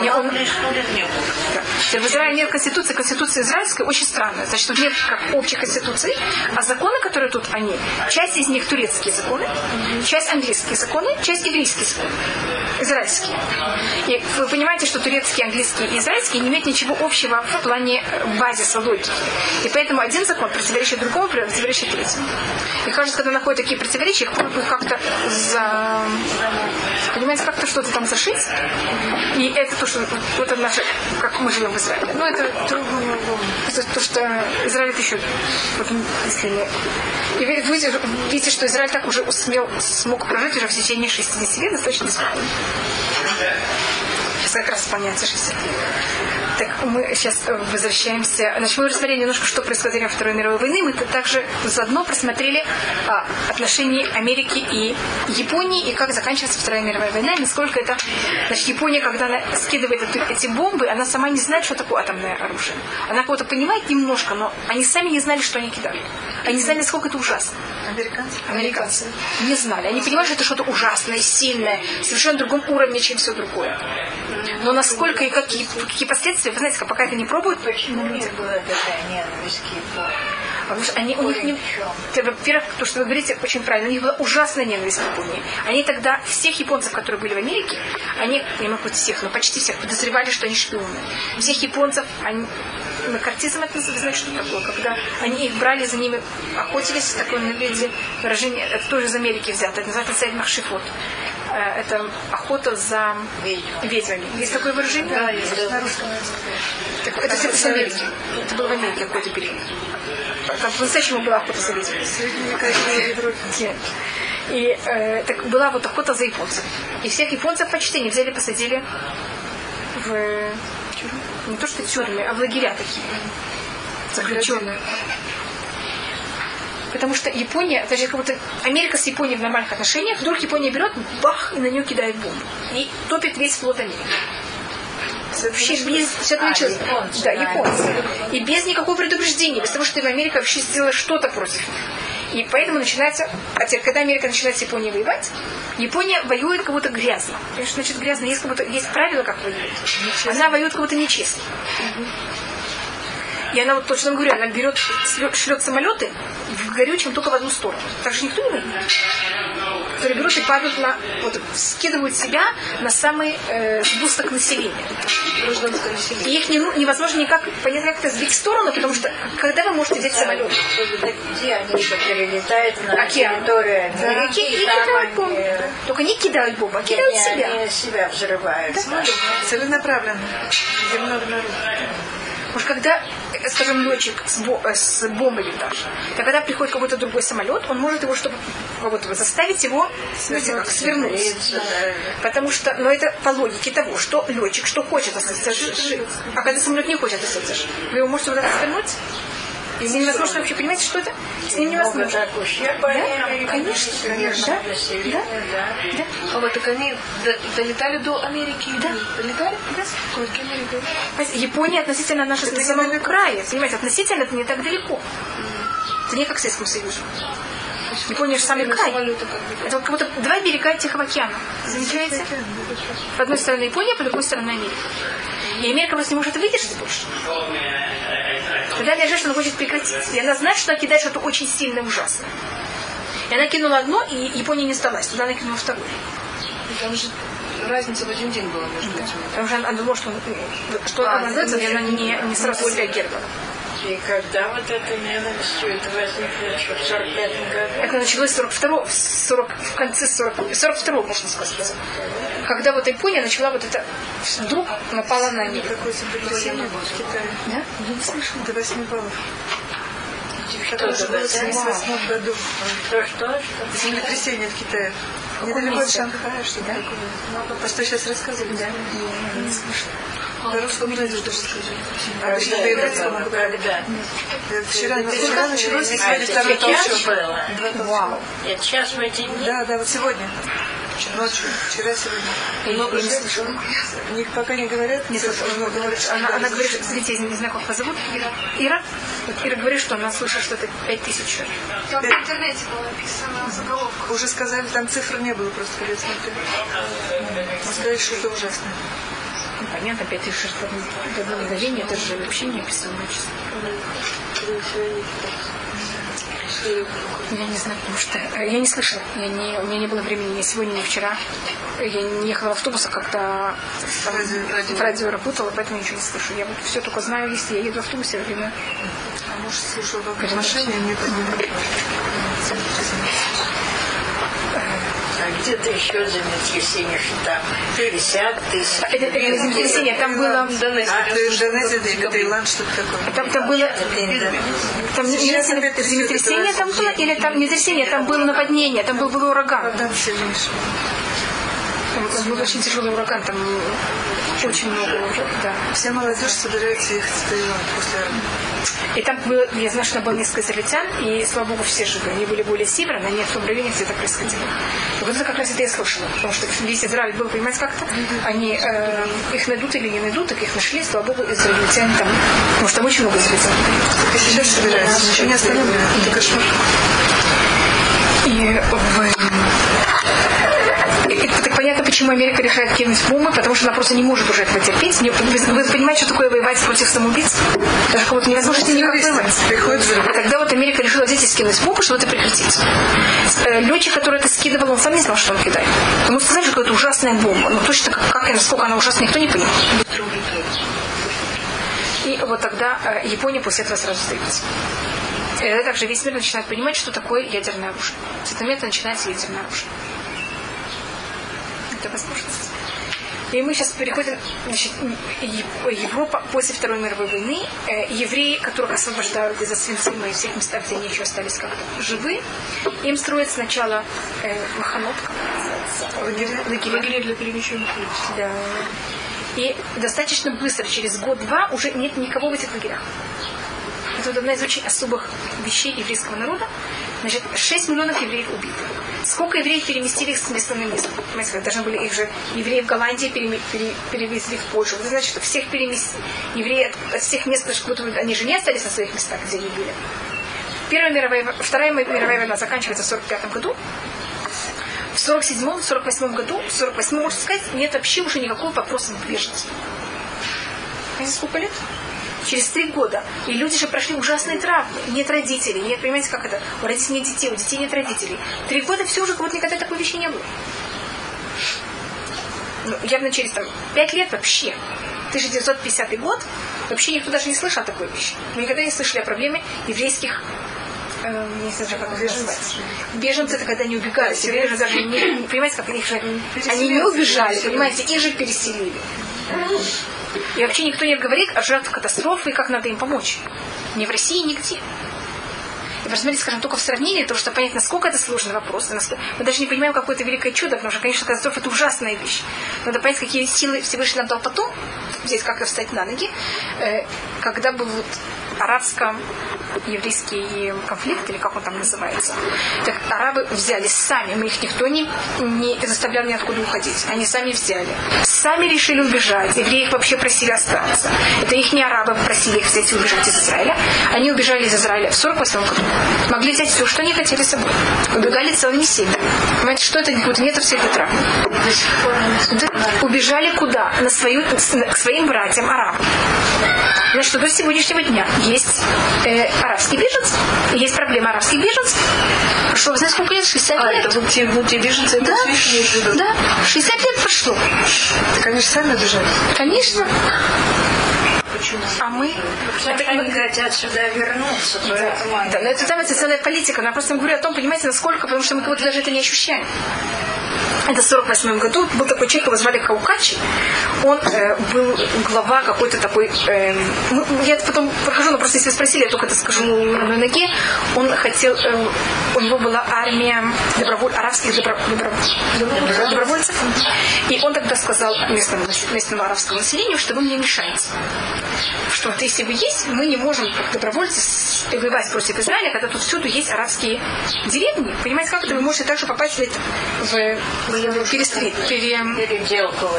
в Израиле нет конституции. Конституция израильская очень странная. Значит, тут нет как общей конституции, а законы, которые тут, они, часть из них турецкие законы, часть английские законы, часть еврейские законы. израильский. И вы понимаете, что турецкий, английский и израильский не имеют ничего общего в плане базиса логики. И поэтому один закон противоречит другому, противоречит третьему. И кажется, когда находят такие противоречия, их пробуют как-то понимаете, как-то что-то там зашить. И это то, что это наше, как мы живем в Израиле. Ну, это то, что Израиль это еще, вот, если и вы видите, что Израиль так уже смог прожить уже в течение 60 лет достаточно спокойно. Сейчас как раз исполняется 60 лет. Так мы сейчас возвращаемся. Значит, мы рассмотрели немножко, что происходило во Второй мировой войны. Мы также заодно просмотрели отношения Америки и Японии и как заканчивается Вторая мировая война. И насколько это... Значит, Япония, когда она скидывает эти бомбы, она сама не знает, что такое атомное оружие. Она кого-то понимает немножко, но они сами не знали, что они кидали. Они не знали, насколько это ужасно. Американцы не знали. Они понимали, что это что-то ужасное, сильное, совершенно другом уровне, чем все другое. Но насколько и какие последствия, вы знаете, пока это не пробуют, почему у них была такая ненависть к Японии? Потому что они, у них не... Во-первых, то, что вы говорите, очень правильно. У них была ужасная ненависть к Японии. Они тогда всех японцев, которые были в Америке, они, не могу сказать всех, но почти всех, подозревали, что они шпионы. Всех японцев, макартизм это, вы знаете, что такое? Когда они их брали, за ними охотились, такое выражение, это тоже из Америки взято, это называется «Сайд Махшифот». Это охота за ведьмами. Есть такое выражение? Да, есть на русском. Это с Америки. Это было в Америке какой-то период. Там по-настоящему была охота за ведьмами. И так была вот охота за японцами. И всех японцев почти не взяли, посадили в не то что тюрьмы, а в лагеря такие. Заключенные. Потому что Япония, даже как будто Америка с Японией в нормальных отношениях, вдруг Япония берет, бах, и на нее кидает бомбу. И топит весь флот Америки. Вообще без... Все это началось. Да, японцы. И без никакого предупреждения, без того, что Америка вообще сделала что-то против них. И поэтому начинается... А теперь, когда Америка начинает с Японией воевать, Япония воюет как будто грязно. Конечно, значит, грязно. Есть, как будто, есть правила, как воюет. Она воюет как будто нечестно. И она, вот точно говорю, она берет, шлет самолеты в горючем только в одну сторону. Так же никто не воюет. Которые берут и падают на... Вот, скидывают себя на самый сгусток населения. И их невозможно никак понять, как это сбить в сторону, потому что когда вы можете взять самолет? Где они прилетают на территорию Америки, и кидают бомбу. Только не кидают бомбу, а кидают себя. Они себя взрывают. Да. Целенаправленно. Земного народа. Потому что когда, скажем, летчик с бомбой леташь, то когда приходит какой-то другой самолет, он может его, чтобы заставить его свернуть. Потому что, но это по логике того, что летчик, что хочет остаться жив. А когда самолет не хочет остаться жив, вы его можете вот так свернуть? С ним невозможно вообще, понимаете, что это? С ним невозможно. Да? Конечно. Да? А вот так они долетали до Америки? Да. Долетали? Да. Сколько Америка? Япония относительно нашего самого края. Понимаете, относительно это не так далеко. Это не как в Советском Союзе. Япония же самый край. Это как будто два берега Тихого океана. Замечаете? По одной стороне Япония, по другой стороне Америка. И Америка просто не может выдержать больше. Тогда она решает, что она хочет прекратить. И она знает, что она кидает что-то очень сильное, ужасное. И она кинула одно, и Япония не сдалась. Тогда она кинула второе. Там же разница в один день была между этими. Потому что она думала, что она сдается, и она не сразу среагировала. И когда вот эта ненависть, это возникло еще в 45-м году? Это началось в конце 42-го, можно сказать. Когда вот Япония начала вот это, вдруг напала на них. Какое землетрясение было в Китае? Да? Я не слышала. До 8 баллов. Что Это было в 1978 году. Что? Землетрясение в Китае. Недалеко от Шанхая, что такое. А что сейчас рассказывали? Да. Я не слышала. На русском радио тоже скажи. А точнее, по еврейскому говорю. Вчера началось, и сегодня второй толчок. Вау. Это сейчас в эти дни? Да, вот сегодня. Ночью, вчера, сегодня. Много не слышала. Пока не говорят. Не слышала. Она говорит, что, смотрите, я не знаю, как вас зовут. Ира? Вот Ира говорит, что она слышала, что это 5000. Там в интернете было написано заголовка. Уже сказали, там цифр не было просто, когда я смотрела. Сказали, что это ужасно. Ну, понятно, 5000 в одно мгновение, это же вообще неописуемое число. Я не знаю, потому что я не слышала. У меня не было времени ни сегодня, ни вчера. Я не ехала в автобусах, когда в радио работала, поэтому ничего не слышу. Я вот все только знаю, если я еду в автобусе, время. А может, слушала в машине, не понимаю. А где-то еще землетрясение, что там 50 тысяч. Это не землетрясение, там было... Индонезия, Таиланд, что-то такое. Там было... Там землетрясение там было, или там не землетрясение, там было наводнение, там был ураган. Там сильнейший. Там был очень тяжелый ураган, там очень много уже, да. Вся молодежь собирается ехать в Таиланд после армии. И там было, я знаю, что там было несколько израильтян, и, слава богу, все живы. Они были более северно, они в том районе, где это происходило. И вот это как раз это я слышала, потому что весь Израиль был, понимаете, как-то, они их найдут или не найдут, так их нашли, слава богу, израильтяне там, потому что там очень много израильтян. Так и сейчас собираются, ничего не остановлено, это кошмар. И так понятно, почему Америка решает кинуть бомбы, потому что она просто не может уже этого терпеть. Вы понимаете, что такое воевать против самоубийц? Даже кого-то невозможно с ними никак воевать. Тогда вот Америка решила взять и скинуть бомбу, чтобы это прекратить. Летчик, который это скидывал, он сам не знал, что он кидает. Ему сказали, что это ужасная бомба. Но точно как и насколько она ужасная, никто не понял. И вот тогда Япония после этого сразу сдается. И также весь мир начинает понимать, что такое ядерное оружие. С этого момента начинается ядерное оружие. Это возможность. И мы сейчас переходим, значит, Европа после Второй мировой войны, евреи, которых освобождают из Освенцима и всех местах, где они еще остались как-то живы, им строят сначала маханот, лагеря для перемещенных людей. Да. И достаточно быстро, через год-два, уже нет никого в этих лагерях. Это одна из очень особых вещей еврейского народа. Значит, 6 миллионов евреев убиты. Сколько евреев переместили их с места на место? Понимаете, должны были их же евреи в Голландии перевезли в Польшу. Вы знаете, что всех евреи от всех мест, они же не остались на своих местах, где они были. Вторая мировая война заканчивается в 1945 году. В 1947, 1948 году, в 1948, можно сказать, нет вообще уже никакого вопроса беженцев. Понимаете, сколько лет? Через 3 года. И люди же прошли ужасные травмы. Нет родителей. Нет, понимаете, как это? У родителей нет детей, у детей нет родителей. 3 года все уже, как будто никогда такой вещи не было. Ну, явно через 5 лет вообще. 1950 год. Вообще никто даже не слышал о такой вещи. Мы никогда не слышали о проблеме еврейских не знаю, как беженцы. Беженцы это когда они убегают. Беженцы даже не, понимаете, как их же, они не убежали, понимаете, их же переселили. И вообще никто не говорит о жертвах катастрофы и как надо им помочь. Ни в России, нигде. И посмотрите, скажем, только в сравнении, потому что понять, насколько это сложный вопрос. Мы даже не понимаем, какое это великое чудо, потому что, конечно, катастрофа это ужасная вещь. Надо понять, какие силы Всевышний нам дал потом, здесь как-то встать на ноги, когда был вот арабско-еврейский конфликт, или как он там называется. Так арабы взяли сами, мы их никто не заставлял ниоткуда уходить. Они сами взяли. Сами решили убежать. Евреи их вообще просили остаться. Это их не арабы просили их взять и убежать из Израиля. Они убежали из Израиля в 1948 году. Могли взять все, что они хотели с собой. Убегали целыми семьями. Понимаете, что это? Вот нет всех утра. Убежали куда? К своим братьям арабам. Значит, что до сегодняшнего дня есть арабские беженцы, есть проблема арабских беженцев. Прошло, вы знаете, сколько лет? 60 лет. Это вот те беженцы, да, да, 60 лет прошло. Так они же сами бежали. Конечно. А мы... Они хотят сюда вернуться. Да, но это там это целая политика. Но я просто говорю о том, понимаете, насколько, потому что мы как будто даже это не ощущаем. Это в 1948 году был такой человек, его звали Каукачи. Он был глава какой-то такой... я потом прохожу, но просто если вы спросили, я только это скажу на одной ноге. Он хотел... у него была армия арабских добровольцев. И он тогда сказал местному арабскому населению, что вы мне мешаете. Что вот если вы есть, мы не можем, как добровольцы, воевать против Израиля, когда тут всюду есть арабские деревни. Понимаете, как это вы можете также попасть в перестрелку.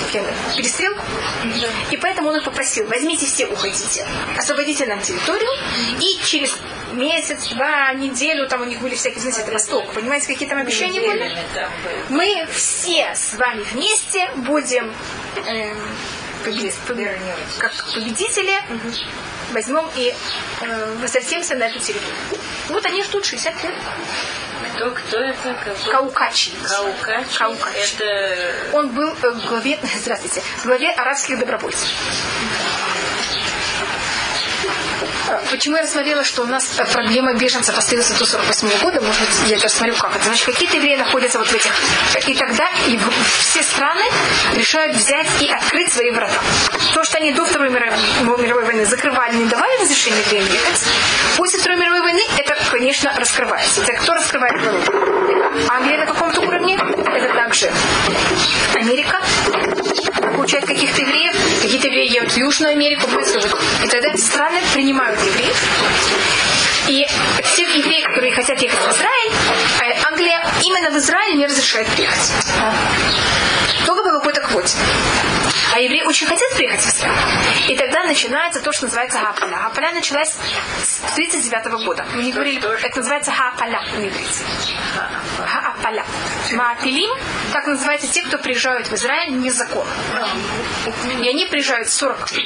И поэтому он их попросил: возьмите все, уходите, освободите нам территорию, и через месяц, 2, неделю, там у них были всякие, знаете, это Восток, понимаете, какие там обещания были? Мы все с вами вместе будем победители, возьмем и возвратимся на эту территорию. Вот они ждут 60 лет. Кто это? Каукачи. Каукачи. Это... Он был в главе, здравствуйте, в главе арабских добровольцев. Почему я рассмотрела, что у нас проблема беженцев остается до 48 года? Может быть, я даже смотрю, как это. Значит, какие-то евреи находятся вот в этих... И тогда все страны решают взять и открыть свои врата. То, что они до Второй мировой войны закрывали, не давали разрешения евреям ехать. После Второй мировой войны это, конечно, раскрывается. Итак, кто раскрывает ворота? Англия на каком-то уровне. Это также Америка. Получает каких-то евреев. Какие-то евреи едут в Южную Америку. И тогда страны принимают евреев. И всех евреев, которые хотят ехать в Израиль, Англия именно в Израиль не разрешает приехать. Только по какой-то квоте. А евреи очень хотят приехать в Израиль. И тогда начинается то, что называется Хаапаля. Хаапаля началась с 1939 года. Мы не говорили, это называется Хаапаля на иврите. Хаапаля. Маапилим, так называются те, кто приезжают в Израиль незаконно. И они приезжают с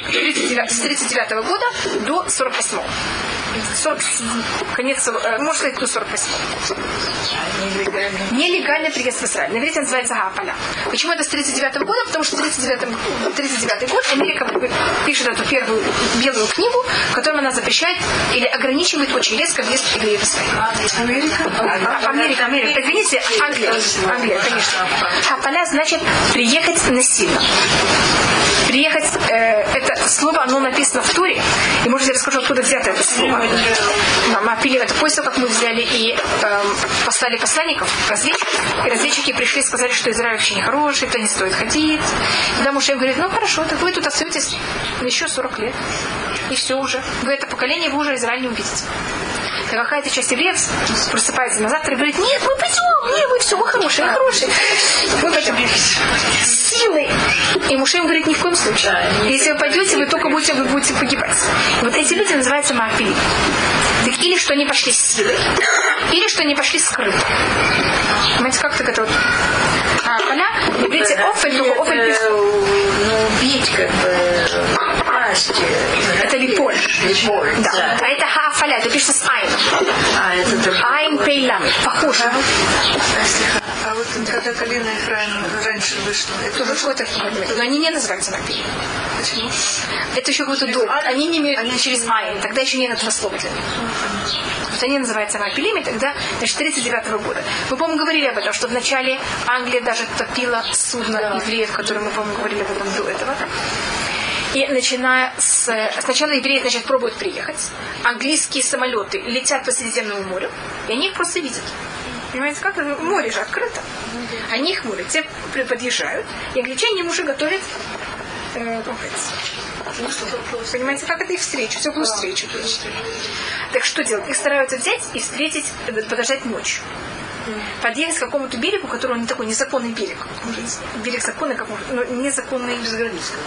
1939 года до 1948. 47, конец, можно сказать, до 48. Нелегальный приезд в Израиль. На иврите называется Хаапаля. Почему это с 1939 года? Потому что в 1939 год Америка пишет эту первую белую книгу, в которой она запрещает или ограничивает очень резко въезд евреев в Израиль. Америка. Извините, Англия, конечно. Хаапаля значит приехать насильно. Приехать, это слово, оно написано в Торе. И, может, я расскажу, откуда взято это слово. Маапилим, это после того, как мы взяли и послали посланников, разведчиков. И разведчики пришли и сказали, что Израиль вообще нехороший, это не стоит ходить. Тогда Моше говорит, ну хорошо, так вы тут остаетесь еще 40 лет. И все уже. Вы это поколение, вы уже Израиль не увидите. Так какая-то часть евреев просыпается на завтра и говорит, нет, мы пойдем, нет, мы все, мы хорошие. Мы пойдем. Силой. И Моше им говорит, ни в коем случае. Если вы пойдете, вы будете погибать. И вот эти люди называются Маапилим. Так или что они пошли с силой, или что они пошли скрыто. Понимаете, как так это вот? Поля, говорите, офель, только офель пишет. Убить, как бы, пасть. Это липоль. Да. А это хафаля, это пишется с айн. Айн пейлам. Похоже. А вот когда колено Ефраима раньше вышло, это вышло это, но они не называются Маапилим. Почему? Это еще какой-то долг. Они не имеют через айн. Тогда еще нет этого слова для них. Вот они называются Маапилим, и тогда, значит, 1939 года. Мы, по-моему, говорили об этом, что вначале Англия даже топила судно евреев, которые мы, по-моему, говорили об этом до этого. И начиная с... Сначала евреи, значит, пробуют приехать. Английские самолеты летят по Средиземному морю, и они их просто видят. Понимаете, как? Море же открыто. Они их море. Те подъезжают, и англичане им уже готовят понимаете, как это их встречу, теплую встречу. Так что делать? Их стараются взять и встретить, подождать ночью. Подъехать к какому-то берегу, который не такой незаконный берег. Берег законный, как можно, но незаконный безграничный.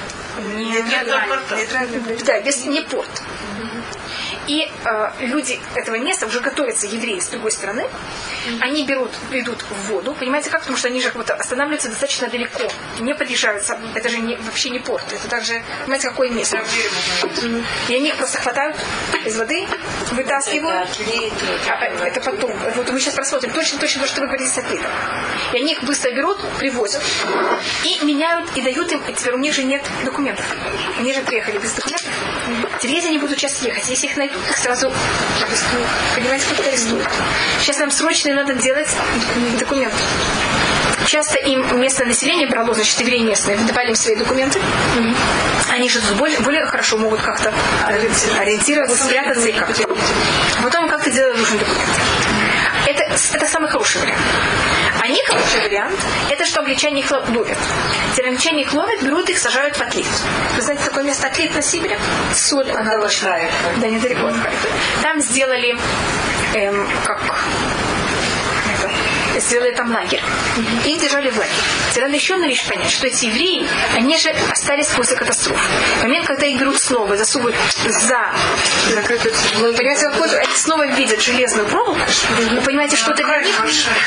Да, не порт. И люди этого места уже готовятся, евреи с другой стороны. Они идут в воду. Понимаете как? Потому что они же вот останавливаются достаточно далеко. Не подъезжаются. Это же вообще не порт. Это также, понимаете, какое место. И они их просто хватают из воды, вытаскивают. Это потом. Вот мы сейчас просмотрим точно то, что вы говорите с атлетом. И они их быстро берут, привозят. И меняют, и дают им. И теперь у них же нет документов. Они же приехали без документов. Теперь если они будут сейчас ехать, если их найдут, их сразу арестуют. Понимаете, как это арестуют? Сейчас нам срочно надо делать документы. Часто им местное население брало, значит, евреи местные, выдавали им свои документы. Они же более хорошо могут как-то ориентироваться, спрятаться и как-то. Потом как-то делают нужные документы. Это самый хороший вариант. А не хороший вариант, это что англичане их ловят. Те англичане их ловят, берут их, сажают в Атлит. Вы знаете, такое место Атлит на Сибири? Соль. Она большая. Да, недалеко от Хайфы. Там сделали сделали там лагерь. Их держали в лагере. Теперь надо еще одну вещь понять, что эти евреи, они же остались после катастрофы. В момент, когда их берут снова, засовывают за закрытую, понимаете, они снова видят железную проволоку, вы понимаете, что это для них?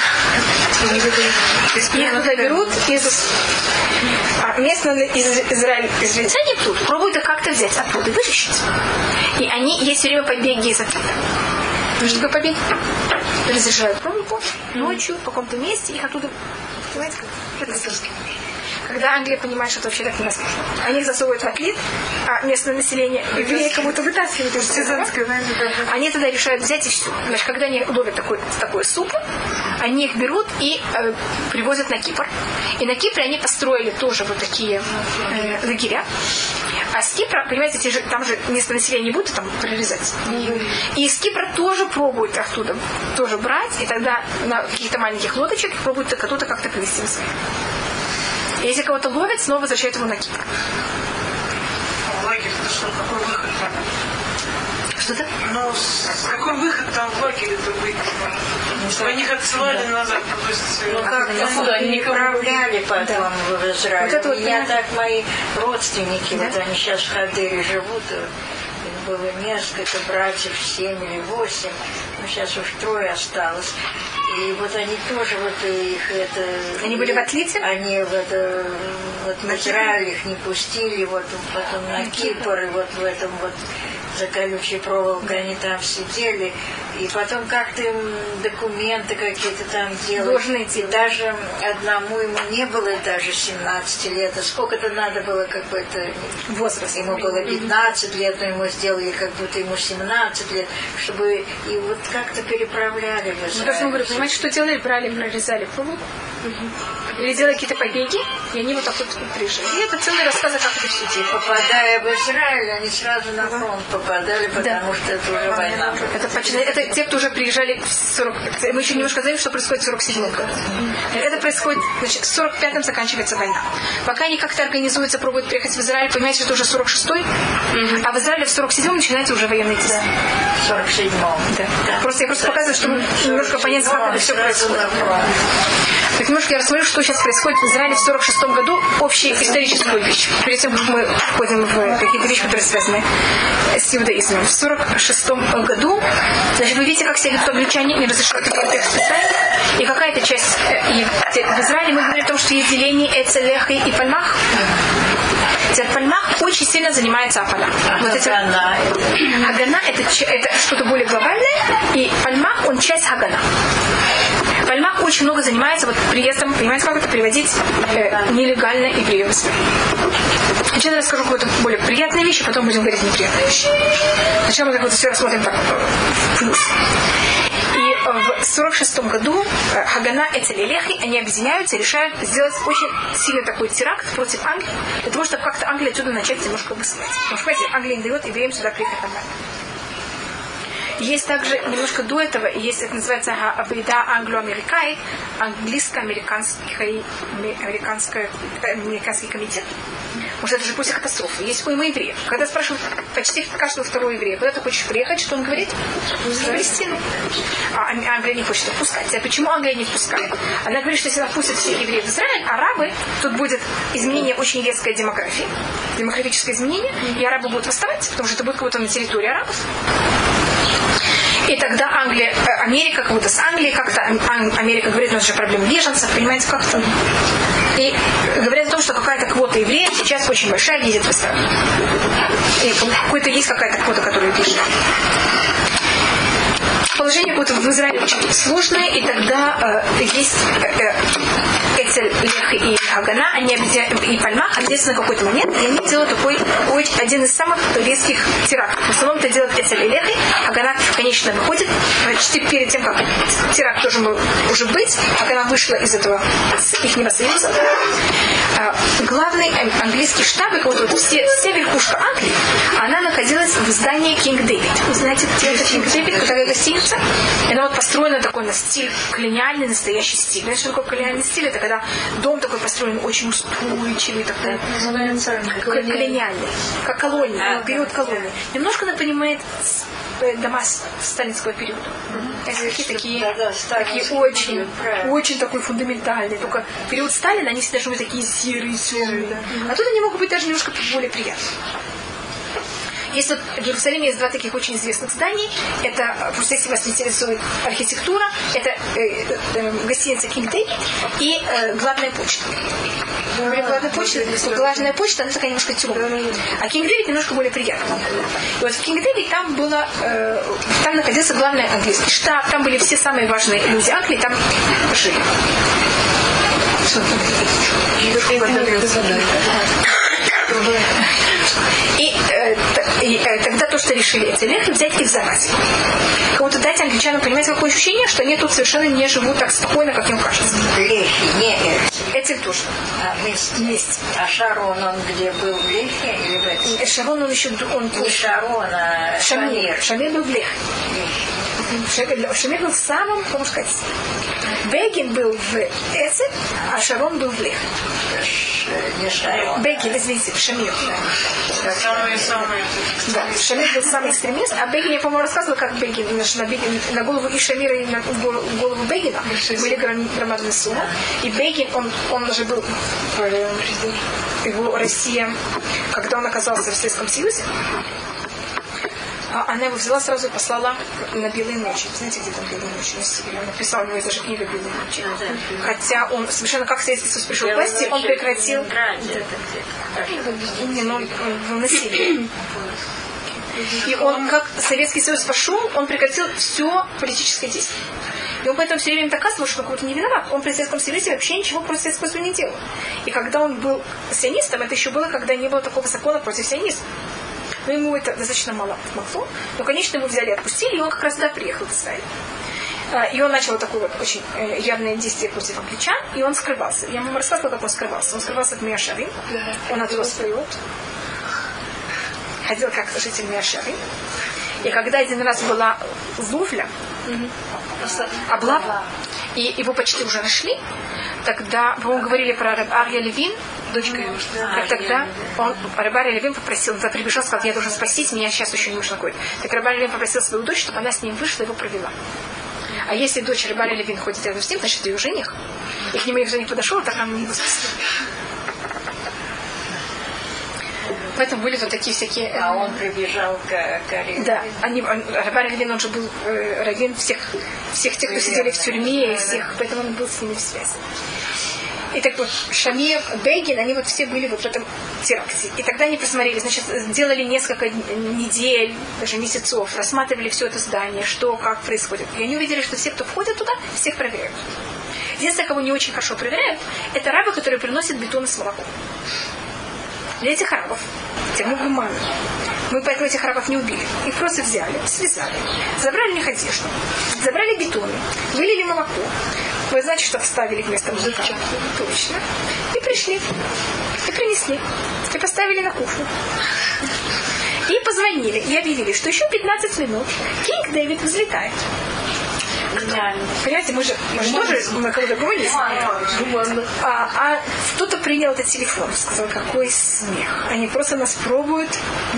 Их туда берут местные израильтяне тут пробуют их как-то взять оттуда и вытащить. И они есть время побеги из оттуда. Что такое побег? Разрешают проволоку ночью в каком-то месте, их оттуда, понимаете, как когда Англия понимает, что это вообще так невозможно. Они их засовывают в отлит, а местное население евреи кому-то вытаскивают из сезонской войны. Они тогда решают взять и все. Значит, когда они ловят такой суп, они их берут и привозят на Кипр. И на Кипре они построили тоже вот такие лагеря. А с Кипра, понимаете, там же местное население не будет там прорезать. И с Кипра тоже пробуют оттуда тоже брать, и тогда на каких-то маленьких лодочек пробуют оттуда как-то привезти в Израиль. И если кого-то ловят, снова возвращают его на Кипр. Лагерь, это что, какой выход там? Что-то? Ну, какой выход там в лагере-то быть? Чтобы они их отсылали назад. Ну, как они не управляли потом в Израиле. Вот у меня так мои родственники, вот они сейчас в Хадере живут, было несколько братьев, 7 или 8, но сейчас уж 3 осталось. И вот они тоже их это... Они были в отлите? Они в Израиль их не пустили, вот потом на Кипр, и вот в этом вот за колючей проволокой они там сидели. И потом как-то им документы какие-то там делали. И даже одному ему не было даже 17 лет. А сколько-то надо было какой-то... Возраст. Ему было 15 лет, но ему сделали как будто ему 17 лет, чтобы и вот как-то переправляли в Израиль. Ну, то, говорю, понимаете, что делали? Брали, прорезали проволоку. Или делали какие-то побеги, и они вот так вот приезжали. И это целый рассказ, как это все делали. Попадая в Израиль, они сразу на фронт попадали, потому что это уже война. Это те, кто уже приезжали в 40... Мы еще немножко знаем, что происходит в 47-м году. Это происходит, значит, в 45-м заканчивается война. Пока они как-то организуются, пробуют приехать в Израиль, понимаете, что это уже 46-й, а в Израиле в 47-м начинается уже военные действия. В 47-м. Да. Я просто показываю, чтобы немножко понять, как это все происходит. Так немножко я рассмотрю, что сейчас происходит в Израиле в 46-м году, общеисторическую вещь. Перед тем, как мы входим в какие-то вещи, которые связаны с иудаизмом. В 46-м году, значит, вы видите, как себя ведут англичане, не разрешают такой текст писать. И какая-то часть в Израиле, мы говорим о том, что есть деление Эцелехи и Пальмах. Пальмах очень сильно занимается Апалах. Вот Хагана это что-то более глобальное, и Пальмах, он часть Хагана. Пальмах очень много занимается приездом, понимаете, как это приводить нелегально евреев в Израиль. Сейчас я расскажу какую-то более приятную вещь, а потом будем говорить неприятные вещи. Сначала мы так все рассмотрим так плюс. И в 46-м году Хагана и Эцелехи, они объединяются и решают сделать очень сильный такой теракт против Англии, для того, чтобы как-то Англию отсюда начать немножко высылать. Потому что, понимаете, Англия не дает евреям сюда приехать нормально. Есть также, немножко до этого, есть, это называется Аврида англо-америкай, английско-американский комитет. Потому что это же после катастрофы. Есть уйма евреев. Когда спрашивают почти каждого второго еврея, куда ты хочешь приехать, что он говорит? В Палестину. А Англия не хочет впускать. А почему Англия не впускает? Она говорит, что если она впустит всех евреев в Израиль, арабы, тут будет изменение очень резкой демографии, демографическое изменение, и арабы будут восставать, потому что это будет как-то на территории арабов. И тогда Америка, как будто с Англией, как-то Америка говорит, у нас же проблема беженцев, понимаете, как-то. И говорят о том, что какая-то квота евреев сейчас очень большая, едет в Израиль. И какой-то есть какая-то квота, которая пишет. Положение будет в Израиле очень сложное, и тогда есть Эцелехи и Хагана, они и Пальмах объединяются на какой-то момент, и они делают такой один из самых резких терактов. В основном это делает Эцелехи, Хагана конечно выходит, почти перед тем, как теракт должен был уже быть, Хагана вышла из этого, с их союза. Главный английский штаб, и вот вся верхушка Англии, она находилась в здании Кинг Дэвид. Вы знаете, где это Кинг Дэвид, которая гостиница? Это построено такой на стиль, колониальный, настоящий стиль. Знаете, что такое колониальный стиль? Это когда дом такой построен очень устойчивый, такой колониальный, как колония, период колонии. Немножко напоминает дома сталинского периода. Это такие очень такой фундаментальный. Только период Сталина, они всегда должны быть такие серые, темные. А тут они могут быть даже немножко более приятные. Есть вот в Иерусалиме есть два таких очень известных здания. Это, просто если вас интересует архитектура, это гостиница King David и главная почта. Главная почта, она такая немножко темная. А King David немножко более приятная. И вот в King David там находился главный английский штаб, там были все самые важные люди Англии, там жили. И тогда то, что решили эти лехи, взять и взорвать. Кому-то дать англичанам, понимаете, какое ощущение, что они тут совершенно не живут так спокойно, как им кажется. Лехи, не эти тоже. Вместе. А Шарон, он где был, в Лехе или в этом? Шарон, он еще... Не Шарон, а Шамир. Шамир был в Лехе. Шамир был в самом, можно сказать, Бегин был в Эце, а Шарон был в Лехе. Не Шарон. Бегин, извините, Шамир. Да, Шамир был самый экстремист, а Бегин, я, по-моему, рассказывала, как Бегин, на голову и Шамира, и на голову Бегина были громадные суммы. И Бегин, он уже был его Россия, когда он оказался в Советском Союзе, она его взяла сразу и послала на Белые ночи. Знаете, где там Белые ночи на Сибири? Он написал, у него есть даже книга «Белые ночи». Хотя он совершенно как Советский Союз пришел к власти, он прекратил... на Сибири. И он, как Советский Союз пошел, он прекратил все политическое действие. И он поэтому все время доказывал, что он какой-то не виноват. Он при Советском Союзе вообще ничего против Советского Союза не делал. И когда он был сионистом, это еще было, когда не было такого закона против сионизма. Но ему это достаточно мало помогло. Но, конечно, его взяли и отпустили, и он как раз туда приехал в Израиль. И он начал такое вот очень явное действие против англичан, и он скрывался. Я вам рассказывала, как он скрывался. Он скрывался от Миашарим. Он отрос вперед. Ходил как житель Миашарим. И когда один раз была ловля, облава, и его почти уже нашли, тогда, по-моему, говорили про Арья Левин, дочка его. Тогда Арья Левин попросил, он прибежал, сказал, я должен спастись, меня сейчас еще не нужно кое. Так Арья Левин попросил свою дочь, чтобы она с ним вышла и его провела. А если дочь Арья Левин ходит рядом с ним, значит, ее жених, и к нему никто не подошел, так она не его спасла. Поэтому были вот такие всякие... А он прибежал к Арье. Да, Арья Левин, он же был раввин всех тех, кто сидели в тюрьме, и всех, поэтому он был с ними в связи. И так вот, Шамир, Бегин, они вот все были вот в этом теракте. И тогда они посмотрели, значит, делали несколько недель, даже месяцев, рассматривали все это здание, что, как происходит. И они увидели, что все, кто входит туда, всех проверяют. Единственное, кого не очень хорошо проверяют, это рабы, которые приносят бетон с молоком. Для этих арабов, тем гуманно. Мы поэтому этих арабов не убили. Их просто взяли, связали, забрали у них одежду, забрали бетоны, вылили молоко. Вы знаете, что вставили вместо молока? Точно. И пришли, и принесли, и поставили на кухню. И позвонили, и объявили, что еще 15 минут Кинг Дэвид взлетает. Понимаете, мы же тоже на кого-то говорили. А кто-то принял этот телефон, сказал, какой смех. Они просто нас пробуют.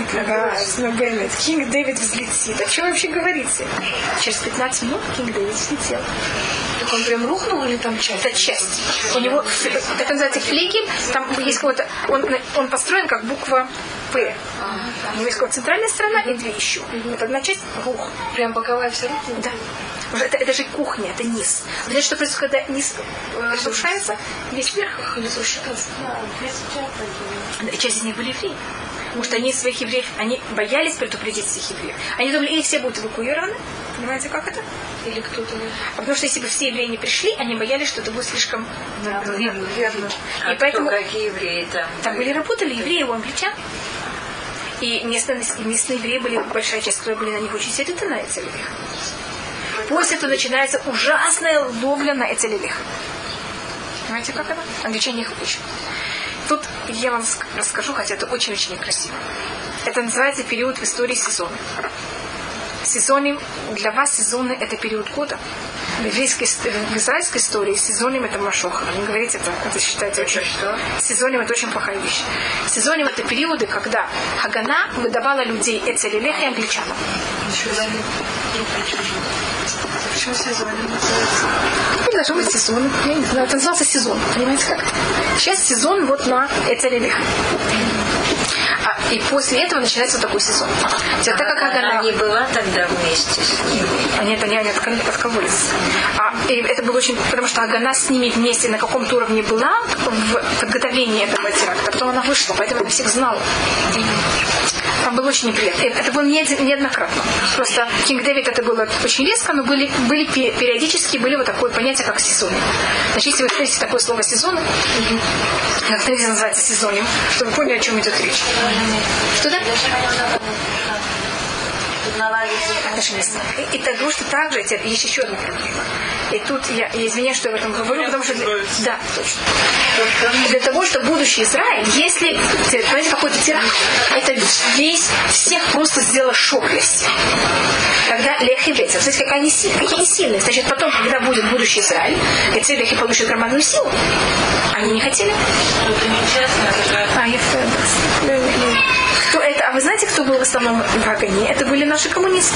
Кинг Дэвид взлетит. О чем вообще говорите? Через 15 минут Кинг Дэвид взлетел. Так он прям рухнул или там часть? Это часть. У него, это называется флигель, там есть какой-то, он построен как буква П. У него есть какая-то центральная сторона и две еще. Это одна часть рухнула. Прям боковая вся рухнула? Да. Это же кухня, это низ. Знаете, что происходит, когда низ разрушается? Весь верх разрушается. Часть из них были евреи. Потому что они своих евреев, они боялись предупредить всех евреев. Они думали, или все будут эвакуированы. Понимаете, как это? Или кто-то... А потому что если бы все евреи не пришли, они боялись, что это будет слишком... Верно. И поэтому... какие евреи там? Там работали евреи у англичан. И местные евреи были, большая часть, которые были на них очень сердиты на Эцелелех. После этого начинается ужасная ловля на Эцелелех. Понимаете, как это? Англичане их ищут. Тут я вам расскажу, хотя это очень-очень некрасиво. Это называется период в истории сезона. Сезоны, для вас сезоны это период года. в израильской истории сезоним это машоха. Не говорите это считается очень... Сезоним это очень плохая вещь. Сезоним это периоды, когда Хагана выдавала людей эцелелех и англичанам. Почему сезоним? Должен быть сезон. Я не знаю, это назывался сезон. Понимаете как? Сейчас сезон вот на эцелелех. И после этого начинается вот такой сезон. Так как она не была тогда вместе с ними. Они отковылись. И это было очень... Потому что Агана с ними вместе на каком-то уровне была в подготовлении этого теракта. Потом она вышла, поэтому она всех знала. Там было очень неприятно. Это было неоднократно. Просто Кинг Дэвид это было очень резко, но были периодически были вот такое понятие, как сезон. Значит, если вы встретите такое слово сезон, на телевизоре называется сезоним, чтобы вы поняли, о чем идет речь. Что да? И того, что также есть еще одна проблема. И тут я извиняюсь, что я в этом говорю, потому что... Да, точно. Для того, чтобы будущий Израиль, если, понимаете, какой-то теракт, это всех просто сделало шок весь. Тогда лех и бетер. Знаете, какие они сильные. Значит, потом, когда будет будущий Израиль, эти лехи получат громадную силу. Они не хотели. Это нечестно. Кто это? А вы знаете, кто был в основном в Агане? Это были наши коммунисты.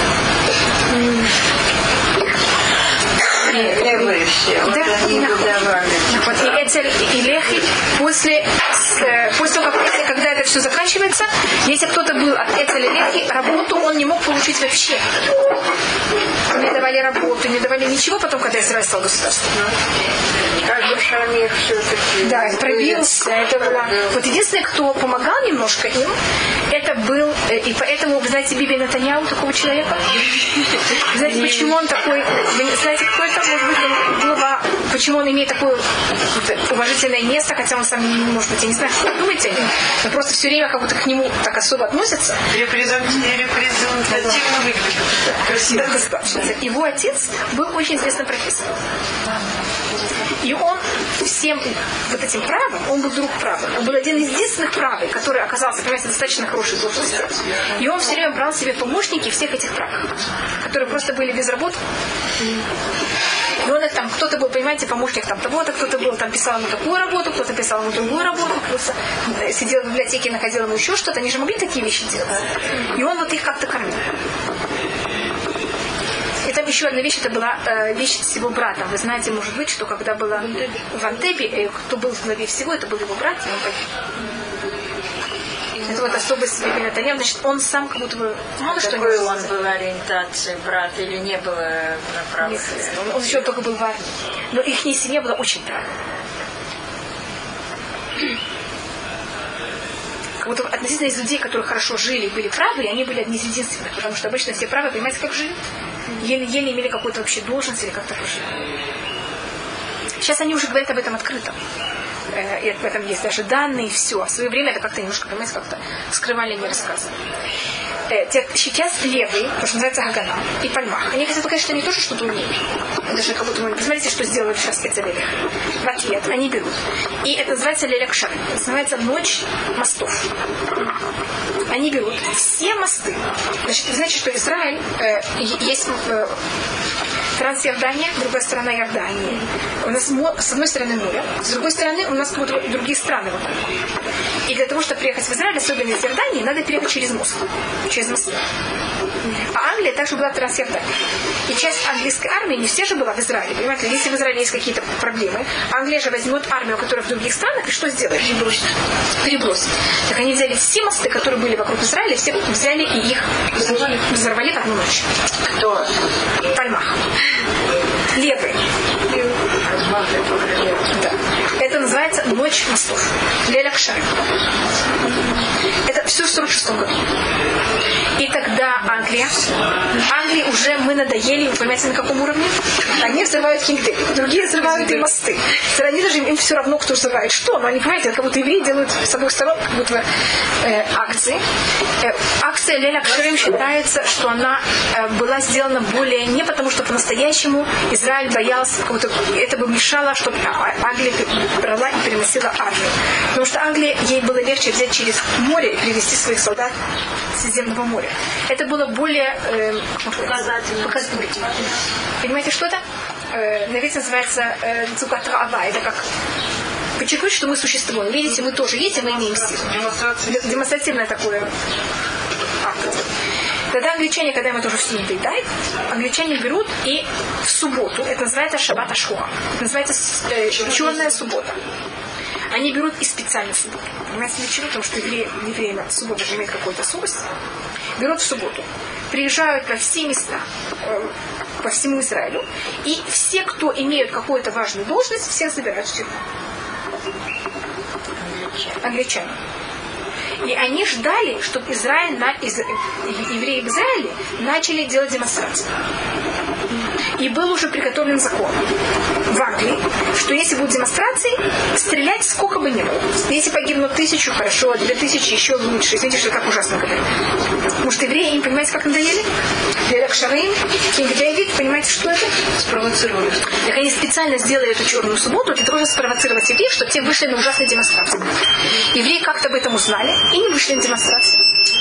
Левые все. Вот они выдавали. Вот, и Эцель, и Лехи, после того, когда это все заканчивается, если кто-то был от Эцеля и Лехи, работу он не мог получить вообще. Не давали работу, не давали ничего, потом, когда Израиль стал государством. Как бы Шамир все-таки... Да, пробился. Это было... Вот единственный, кто помогал немножко им, это был... И поэтому, вы знаете, Биби Нетаньяху, такого человека? Знаете, почему он такой... Вы знаете, кто это? Может быть, он глава... Почему он имеет такое уважительное место, хотя он сам, может быть, я не знаю, что вы думаете о нем, но просто все время как будто к нему так особо относятся. Репрезентативно выглядит. Красиво. Его отец был очень известным профессором. И он всем вот этим правом, он был друг права. Он был один из единственных правых, который оказался, понимаете, достаточно хорошей должности. И он все время брал себе помощники всех этих правых, которые просто были без работы. И он там, кто-то был, понимаете, помощник там того-то, кто-то был, там писал ему такую работу, кто-то писал ему другую работу, кто-то сидел в библиотеке, находил ему еще что-то. Они же могли такие вещи делать. И он вот их как-то кормил. И там еще одна вещь, это была вещь с его братом. Вы знаете, может быть, что когда была в Антебе, кто был в главе всего, это был его брат, и он погиб. Это вот особость Биби Нетаньяху, значит, он сам как будто бы мало что не он был ориентацией брат или не было направления? Он еще только был в армии. Но их семья была очень правой. Как будто относительно из людей, которые хорошо жили и были правы, они были одни из единственных, потому что обычно все правы, понимаете, как жили? Еле имели какую-то вообще должность или как-то жили. Сейчас они уже говорят об этом открыто. И об этом есть даже данные, и все. В свое время это как-то немножко, понимаете, как-то скрывали, не рассказывали. Сейчас левые, то, что называется Хагана, и Пальмах. Они хотят показать, что они тоже что-то умеют. Даже как будто, посмотрите, что сделали сейчас эти левые. В ответ они берут. И это называется Лелек Шар. Это называется ночь мостов. Они берут все мосты. Значит, вы знаете, что Израиль есть Трансиордания, другая сторона Иордании. У нас с одной стороны море, с другой стороны у нас как будто другие страны вокруг. И для того, чтобы приехать в Израиль, особенно из Иордании, надо переехать через мост. Через мосты. А Англия также была в Трансиордании. И часть английской армии не все же была в Израиле. Понимаете, если в Израиле есть какие-то проблемы, Англия же возьмет армию, которая в других странах, и что сделает? Перебросит. Так они взяли все мосты, которые были вокруг Израиля, все взяли и их взорвали в одну ночь. Кто? Пальмах. Левый. Да. Это называется ночь мостов. Лелек Шар. Это все в 46 году. И тогда Англии уже мы надоели, вы понимаете, на каком уровне? Они взрывают Кинг-Дэвид, другие взрывают и мосты. Они даже им все равно, кто взрывает что, но они, понимаете, как будто евреи делают с обоих сторон как будто акции. Акция Лелек Шарим считается, что она была сделана более не потому, что по-настоящему Израиль боялся, как будто это бы мешало, чтобы Англия брала и переносила армию. Потому что Англии ей было легче взять через море и привести своих солдат с Средиземного моря. Это это было более показательно. Понимаете, что это? На иврите называется цукат раава. Это как подчеркнуть, что мы существуем. Видите, мы тоже есть, и мы имеем силу. Демонстративное такое. Тогда англичане, когда им это уже все надоедает, англичане берут и в субботу, это называется шаббат ашхуа, это называется черная суббота. Они берут и специально субботу. Понимаете, для чего? Потому что евреи на субботу имеют какую-то особость. Берут в субботу, приезжают во все места, по всему Израилю, и все, кто имеют какую-то важную должность, всех забирают в тюрьму. Англичане. И они ждали, чтобы евреи в Израиле начали делать демонстрации. И был уже приготовлен закон в Англии, что если будут демонстрации, стрелять сколько бы ни было. Если погибнут 1000, хорошо, 2000, еще лучше. Извините, что так ужасно говорю. Потому что евреи, не понимаете, как надоели? Лелек Шарим, Кинг Дэвид, понимаете, что это? Спровоцировали. Так они специально сделали эту черную субботу для того, чтобы спровоцировать евреев, чтобы те вышли на ужасные демонстрации. Евреи как-то об этом узнали и не вышли на демонстрации.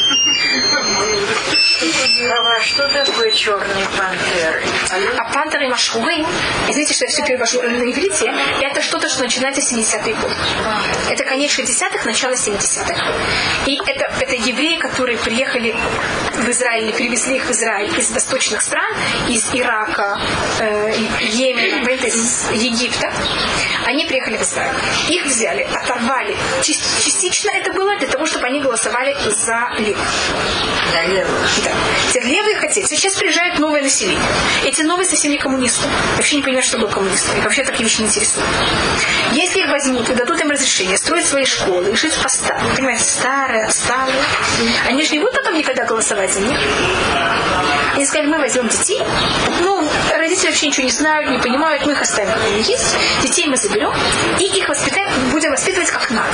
А что такое черные пантеры? А пантеры и машхуры, извините, что я все перевожу на иврите, это что-то, что начинается в 70-е годы. Это конец 60-х, начало 70-х. И это евреи, которые приехали в Израиль, привезли их в Израиль из восточных стран, из Ирака, Йемена, из Египта. Они приехали в Израиль. Их взяли, оторвали. Частично это было для того, чтобы они голосовали за левых. Да. Теперь левые хотели. Сейчас приезжает новое население. Эти новые совсем не коммунисты. Вообще не понимают, что было коммунистом. Их вообще такие вещи не интересуют. Если их возьмут и дадут им разрешение строить свои школы и жить по-старому, понимаете, старые, они же не будут потом никогда голосовать за них. Они сказали, мы возьмем детей. Родители вообще ничего не знают, не понимают, мы их оставим, как они есть. Детей мы заберем и их будем воспитывать как надо.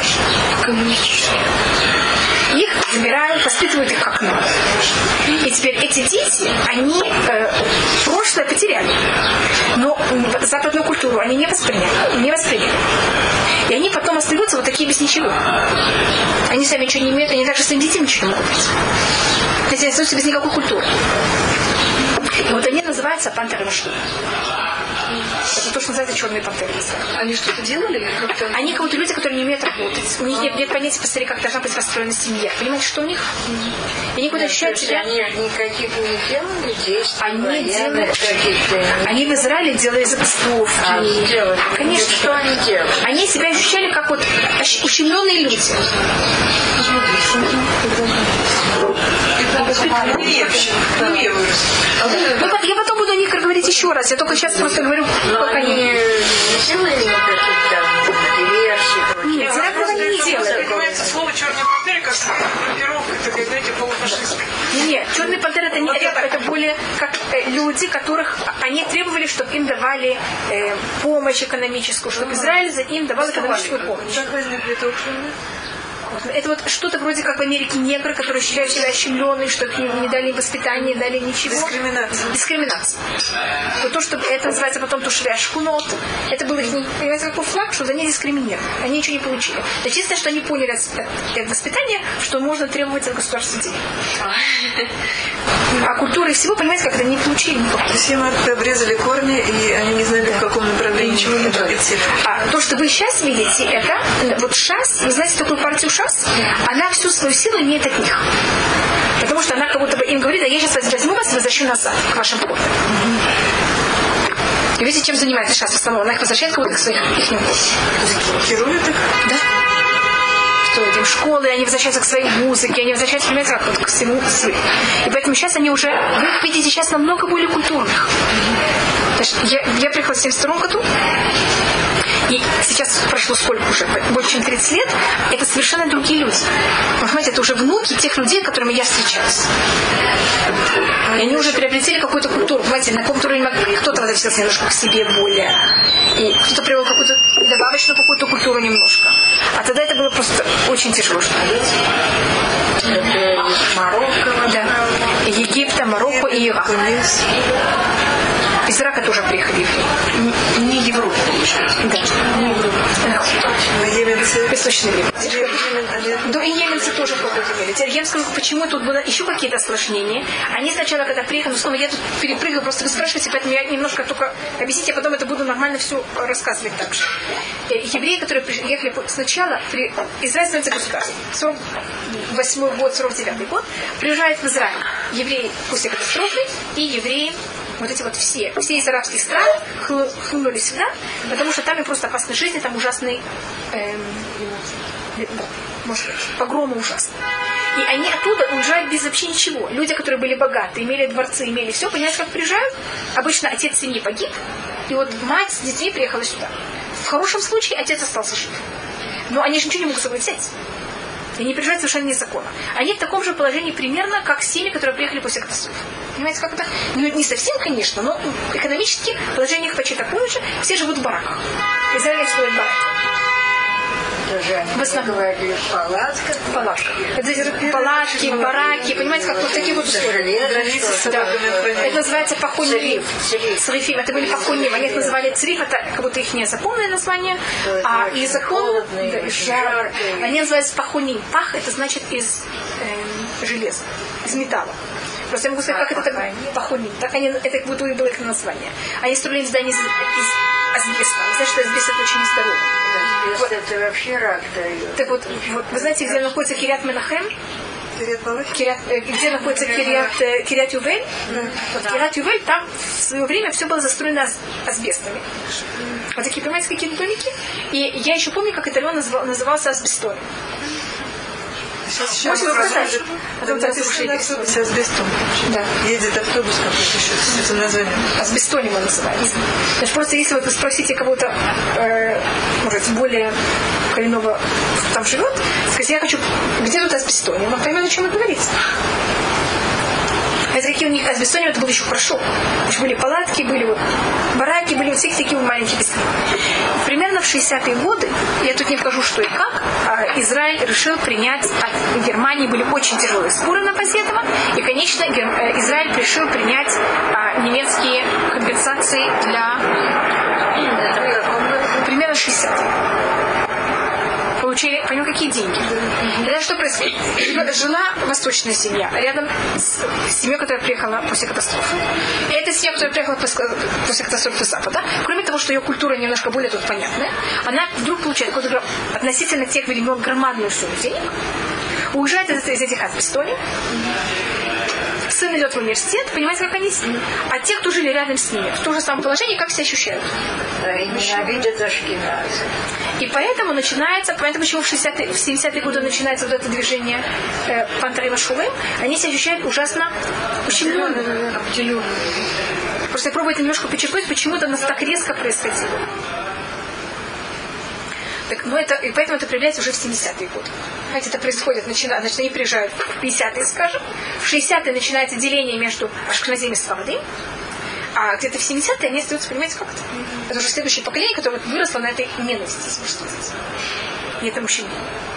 Их забирают, воспитывают их как надо. И теперь эти дети, они прошлое потеряли. Но западную культуру они не восприняли. И они потом остаются вот такие без ничего. Они сами ничего не имеют, они даже своим детям ничего не могут дать. Они остаются без никакой культуры. И вот они называются пантеры машины. Это то, что называется черные пантеры. Они что-то делали? Они как будто люди, которые не умеют работать. У них нет понятия, посмотри, как должна быть построена семья. Понимаете, что у них? И они куда ощущают себя... Они никаких не делали действий. Они в Израиле делали забастовки. Конечно, что они делали? Они себя ощущали как вот ущемленные люди. Я потом буду о них говорить еще раз. Я только сейчас просто говорю, как они... Нет, этого они не делают. Понимаете, слово «черная пантера» как группировка, такая, знаете, полуфашистская. Нет, черные пантеры это более как люди, которых они требовали, чтобы им давали помощь экономическую, чтобы Израиль за им давал экономическую помощь. Это вот что-то вроде как в Америке негры, которые считают себя ущемленными, что им не дали воспитания, не дали ничего. Дискриминация. То, что это называется потом тушевя шхунот, это был их, понимаете, какой флаг, что за них дискриминировали. Они ничего не получили. Это чисто, что они поняли от воспитания, что можно требовать от государства денег. А культуры всего, понимаете, как это не получили. То есть им обрезали корни, и они не знали, в каком направлении ничего не двигаться. А то, что вы сейчас видите, это вот ШАС, вы знаете такую партию ШАС, она всю свою силу имеет от них. Потому что она как будто бы им говорит, а я сейчас возьму вас и возвращу назад, к вашим корням. И видите, чем занимается ШАС в основном? Она их возвращает как будто к своим ихним корням. Хируют их? Да. Им школы, они возвращаются к своей музыке, они возвращаются, понимаете, как вот к всему свету. И поэтому сейчас они уже, вы их видите сейчас намного более культурных. Я приехала в 1972 году, и сейчас прошло сколько уже? Больше, чем 30 лет. Это совершенно другие люди. Вы понимаете, это уже внуки тех людей, с которыми я встречалась. И они уже приобретели какую-то культуру. Понимаете, на каком-то уровне кто-то возвращался немножко к себе более. И кто-то привел какую-то добавочную какую-то культуру немножко. А тогда это было просто очень тяжело. Это из Марокко. Да. Египта, Марокко и Ирака. Из Ирака тоже приехали евреи. Не Европа, получается. Да. Не Европа. Песочный Египет. Да, и еменцы тоже какой-то имели. Теперь я вам скажу, почему тут было еще какие-то осложнения. Они сначала, когда приехали, снова я тут перепрыгиваю, просто вы спрашиваете, поэтому я немножко только объяснить, а потом это буду нормально все рассказывать так же. Евреи, которые приехали сначала, Израиль становится государством. 48-й год, 49-й год, приезжают в Израиль евреи после катастрофы и евреи, вот эти вот все из арабских стран хлынули сюда, потому что там им просто опасной жизни, там ужасный погромы ужасные. И они оттуда уезжают без вообще ничего. Люди, которые были богаты, имели дворцы, имели все, понимаете, как приезжают? Обычно отец семьи погиб, и вот мать с детьми приехала сюда. В хорошем случае отец остался жив. Но они же ничего не могут с собой взять. И они приезжают совершенно незаконно. Они в таком же положении примерно, как семьи, которые приехали после катастрофы. Понимаете, как это? Ну, не совсем, конечно, но экономически положение их почти такое же. Все живут в бараках. Израиль строит бараки. В основном говорили в палатках. Палатки, бараки, понимаете, как вот такие вот условия. Да. Это называется пахоним. Црифим. Это были пахоним. Они это называли цриф, это как будто их незаконное название. А языком, жар, они называются пахоним. Пах это значит из железа, из металла. Просто я могу сказать, как это так пахоним. Так они, это как будто было их название. Они строили здание из асбеста. Вы знаете, что асбест это очень нездорово. Вот это вообще рак дает. Так вот, вы знаете, где находится Кирьят Менахем? Где находится Кирьят Ювель? Вот Кирьят Ювель, там в свое время все было застроено асбестами. Вот такие, понимаете, какие-то домики. И я еще помню, как это район назывался асбесторий. Сейчас с асбестом. Да. Едет автобус какой-то еще с этим названием. Асбестоним он называется. Значит, просто если вот вы спросите кого-то, может, более коренного там живет, скажите, я хочу, где тут асбестоним? Он поймет, о чем вы говорите. Хотя какие у них асбестоним, это было еще хорошо. Еще были палатки, были вот бараки, были вот все такие маленькие беседы. Примерно в 60-е годы, я тут не покажу, что и как, Израиль решил принять от Германии, были очень тяжелые споры на базе этого, и, конечно, Израиль решил принять немецкие компенсации для примерно 60-е. Получили, понимаете, какие деньги. И что происходит? Жила восточная семья рядом с семьей, которая приехала после катастрофы. И эта семья, которая приехала после катастрофы с Запада, кроме того, что ее культура немножко более тут понятная, она вдруг получает какую-то относительно тех времен громадную сумму денег, уезжает из этих асбестоней, сын идет в университет, понимаете, как они с ним. А те, кто жили рядом с ними, в том же самом положении, как себя ощущают? Да, и ненавидят ашкеназы. И поэтому начинается, понятно, почему в 70-е годы начинается вот это движение Пантарива Шулем, они себя ощущают ужасно ущемленными. Просто я пробую это немножко подчеркнуть, почему это у нас так резко происходило. Так, ну это, и поэтому это проявляется уже в 70-е годы. Знаете, это происходит, значит, они приезжают в 50-е, скажем, в 60-е начинается деление между ашкеназим и сфарадим, а где-то в 70-е они остаются, понимаете, как это? Это уже следующее поколение, которое выросло на этой ненависти, если можно сказать. И это мужчины.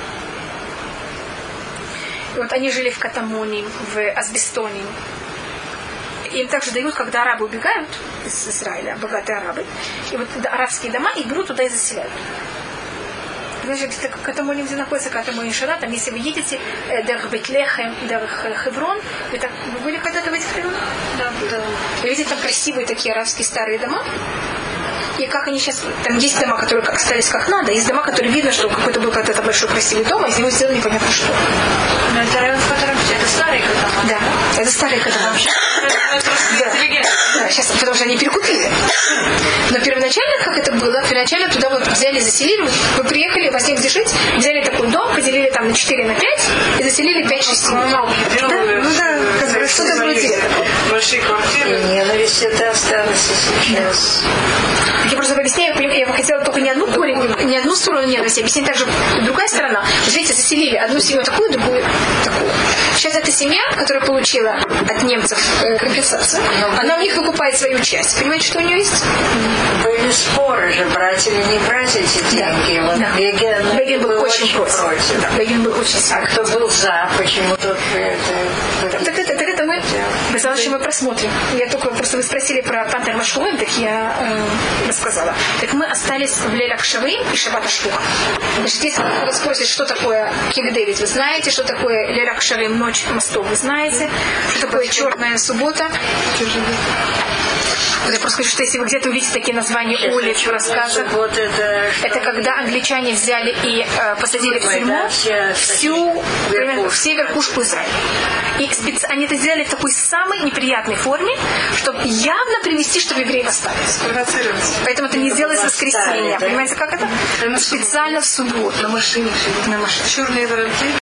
И вот они жили в Катамоне, в Асбестоне. Им также дают, когда арабы убегают из Израиля, богатые арабы, и вот арабские дома их берут туда и заселяют. Значит, Катамоне, где находится Катамоне Шара, там, если вы едете Дерх Бейтлехем, Дерх Хеврон, вы были когда-то в этих районах? Да. Вы видите, там красивые такие арабские старые дома. И как они сейчас... Там есть дома, которые остались как надо, есть дома, которые видно, что какой-то был когда-то большой красивый дом, а из него сделали непонятно что. Но это район, в котором все. Это старый Катамон. Да, это старый Катамон. Да, сейчас, потому что они перекупили. Но первоначально, как это было, первоначально туда вот взяли, заселили, вы приехали, вас негде жить, взяли такой дом, поделили там на 4, на 5 и заселили 5-6 семей. Ну да, что-то вроде этого. Большие квартиры. И ненависть это осталось и сейчас. Я просто объясняю, я бы хотела только не одну сторону ненависти, объяснить также другая сторона. Вот видите, заселили одну семью такую, другую такую. Сейчас эта семья, которая получила от немцев компенсацию, она у них выкупает свою часть. Понимаете, что у нее есть? Были споры же, брать или не брать эти деньги. Да. Вот да. Бегин был очень против. Да. Бегин был очень сильный. А кто был за? Почему тут так это мы Сказала, что мы просмотрим. Я только просто вы спросили про Пантер Машхурим, так я рассказала. Так мы остались в Лейль Шавим и Шаббат Ашпух. Значит, если кто-то спросит, что такое Киль Дэвид, вы знаете, что такое Лейль Шавим, ночь мостов, вы знаете, что такое черная суббота. Я просто хочу, что если вы где-то увидите такие названия улиц, рассказов, это когда англичане взяли и посадили в тюрьму все верхушку Израиля. И они это сделали в такой самой неприятной форме, чтобы явно привести, чтобы евреи остались. Поэтому это не сделалось в воскресенье. Понимаете, как это? Специально в субботу. На машине. На машине. Черные воронки.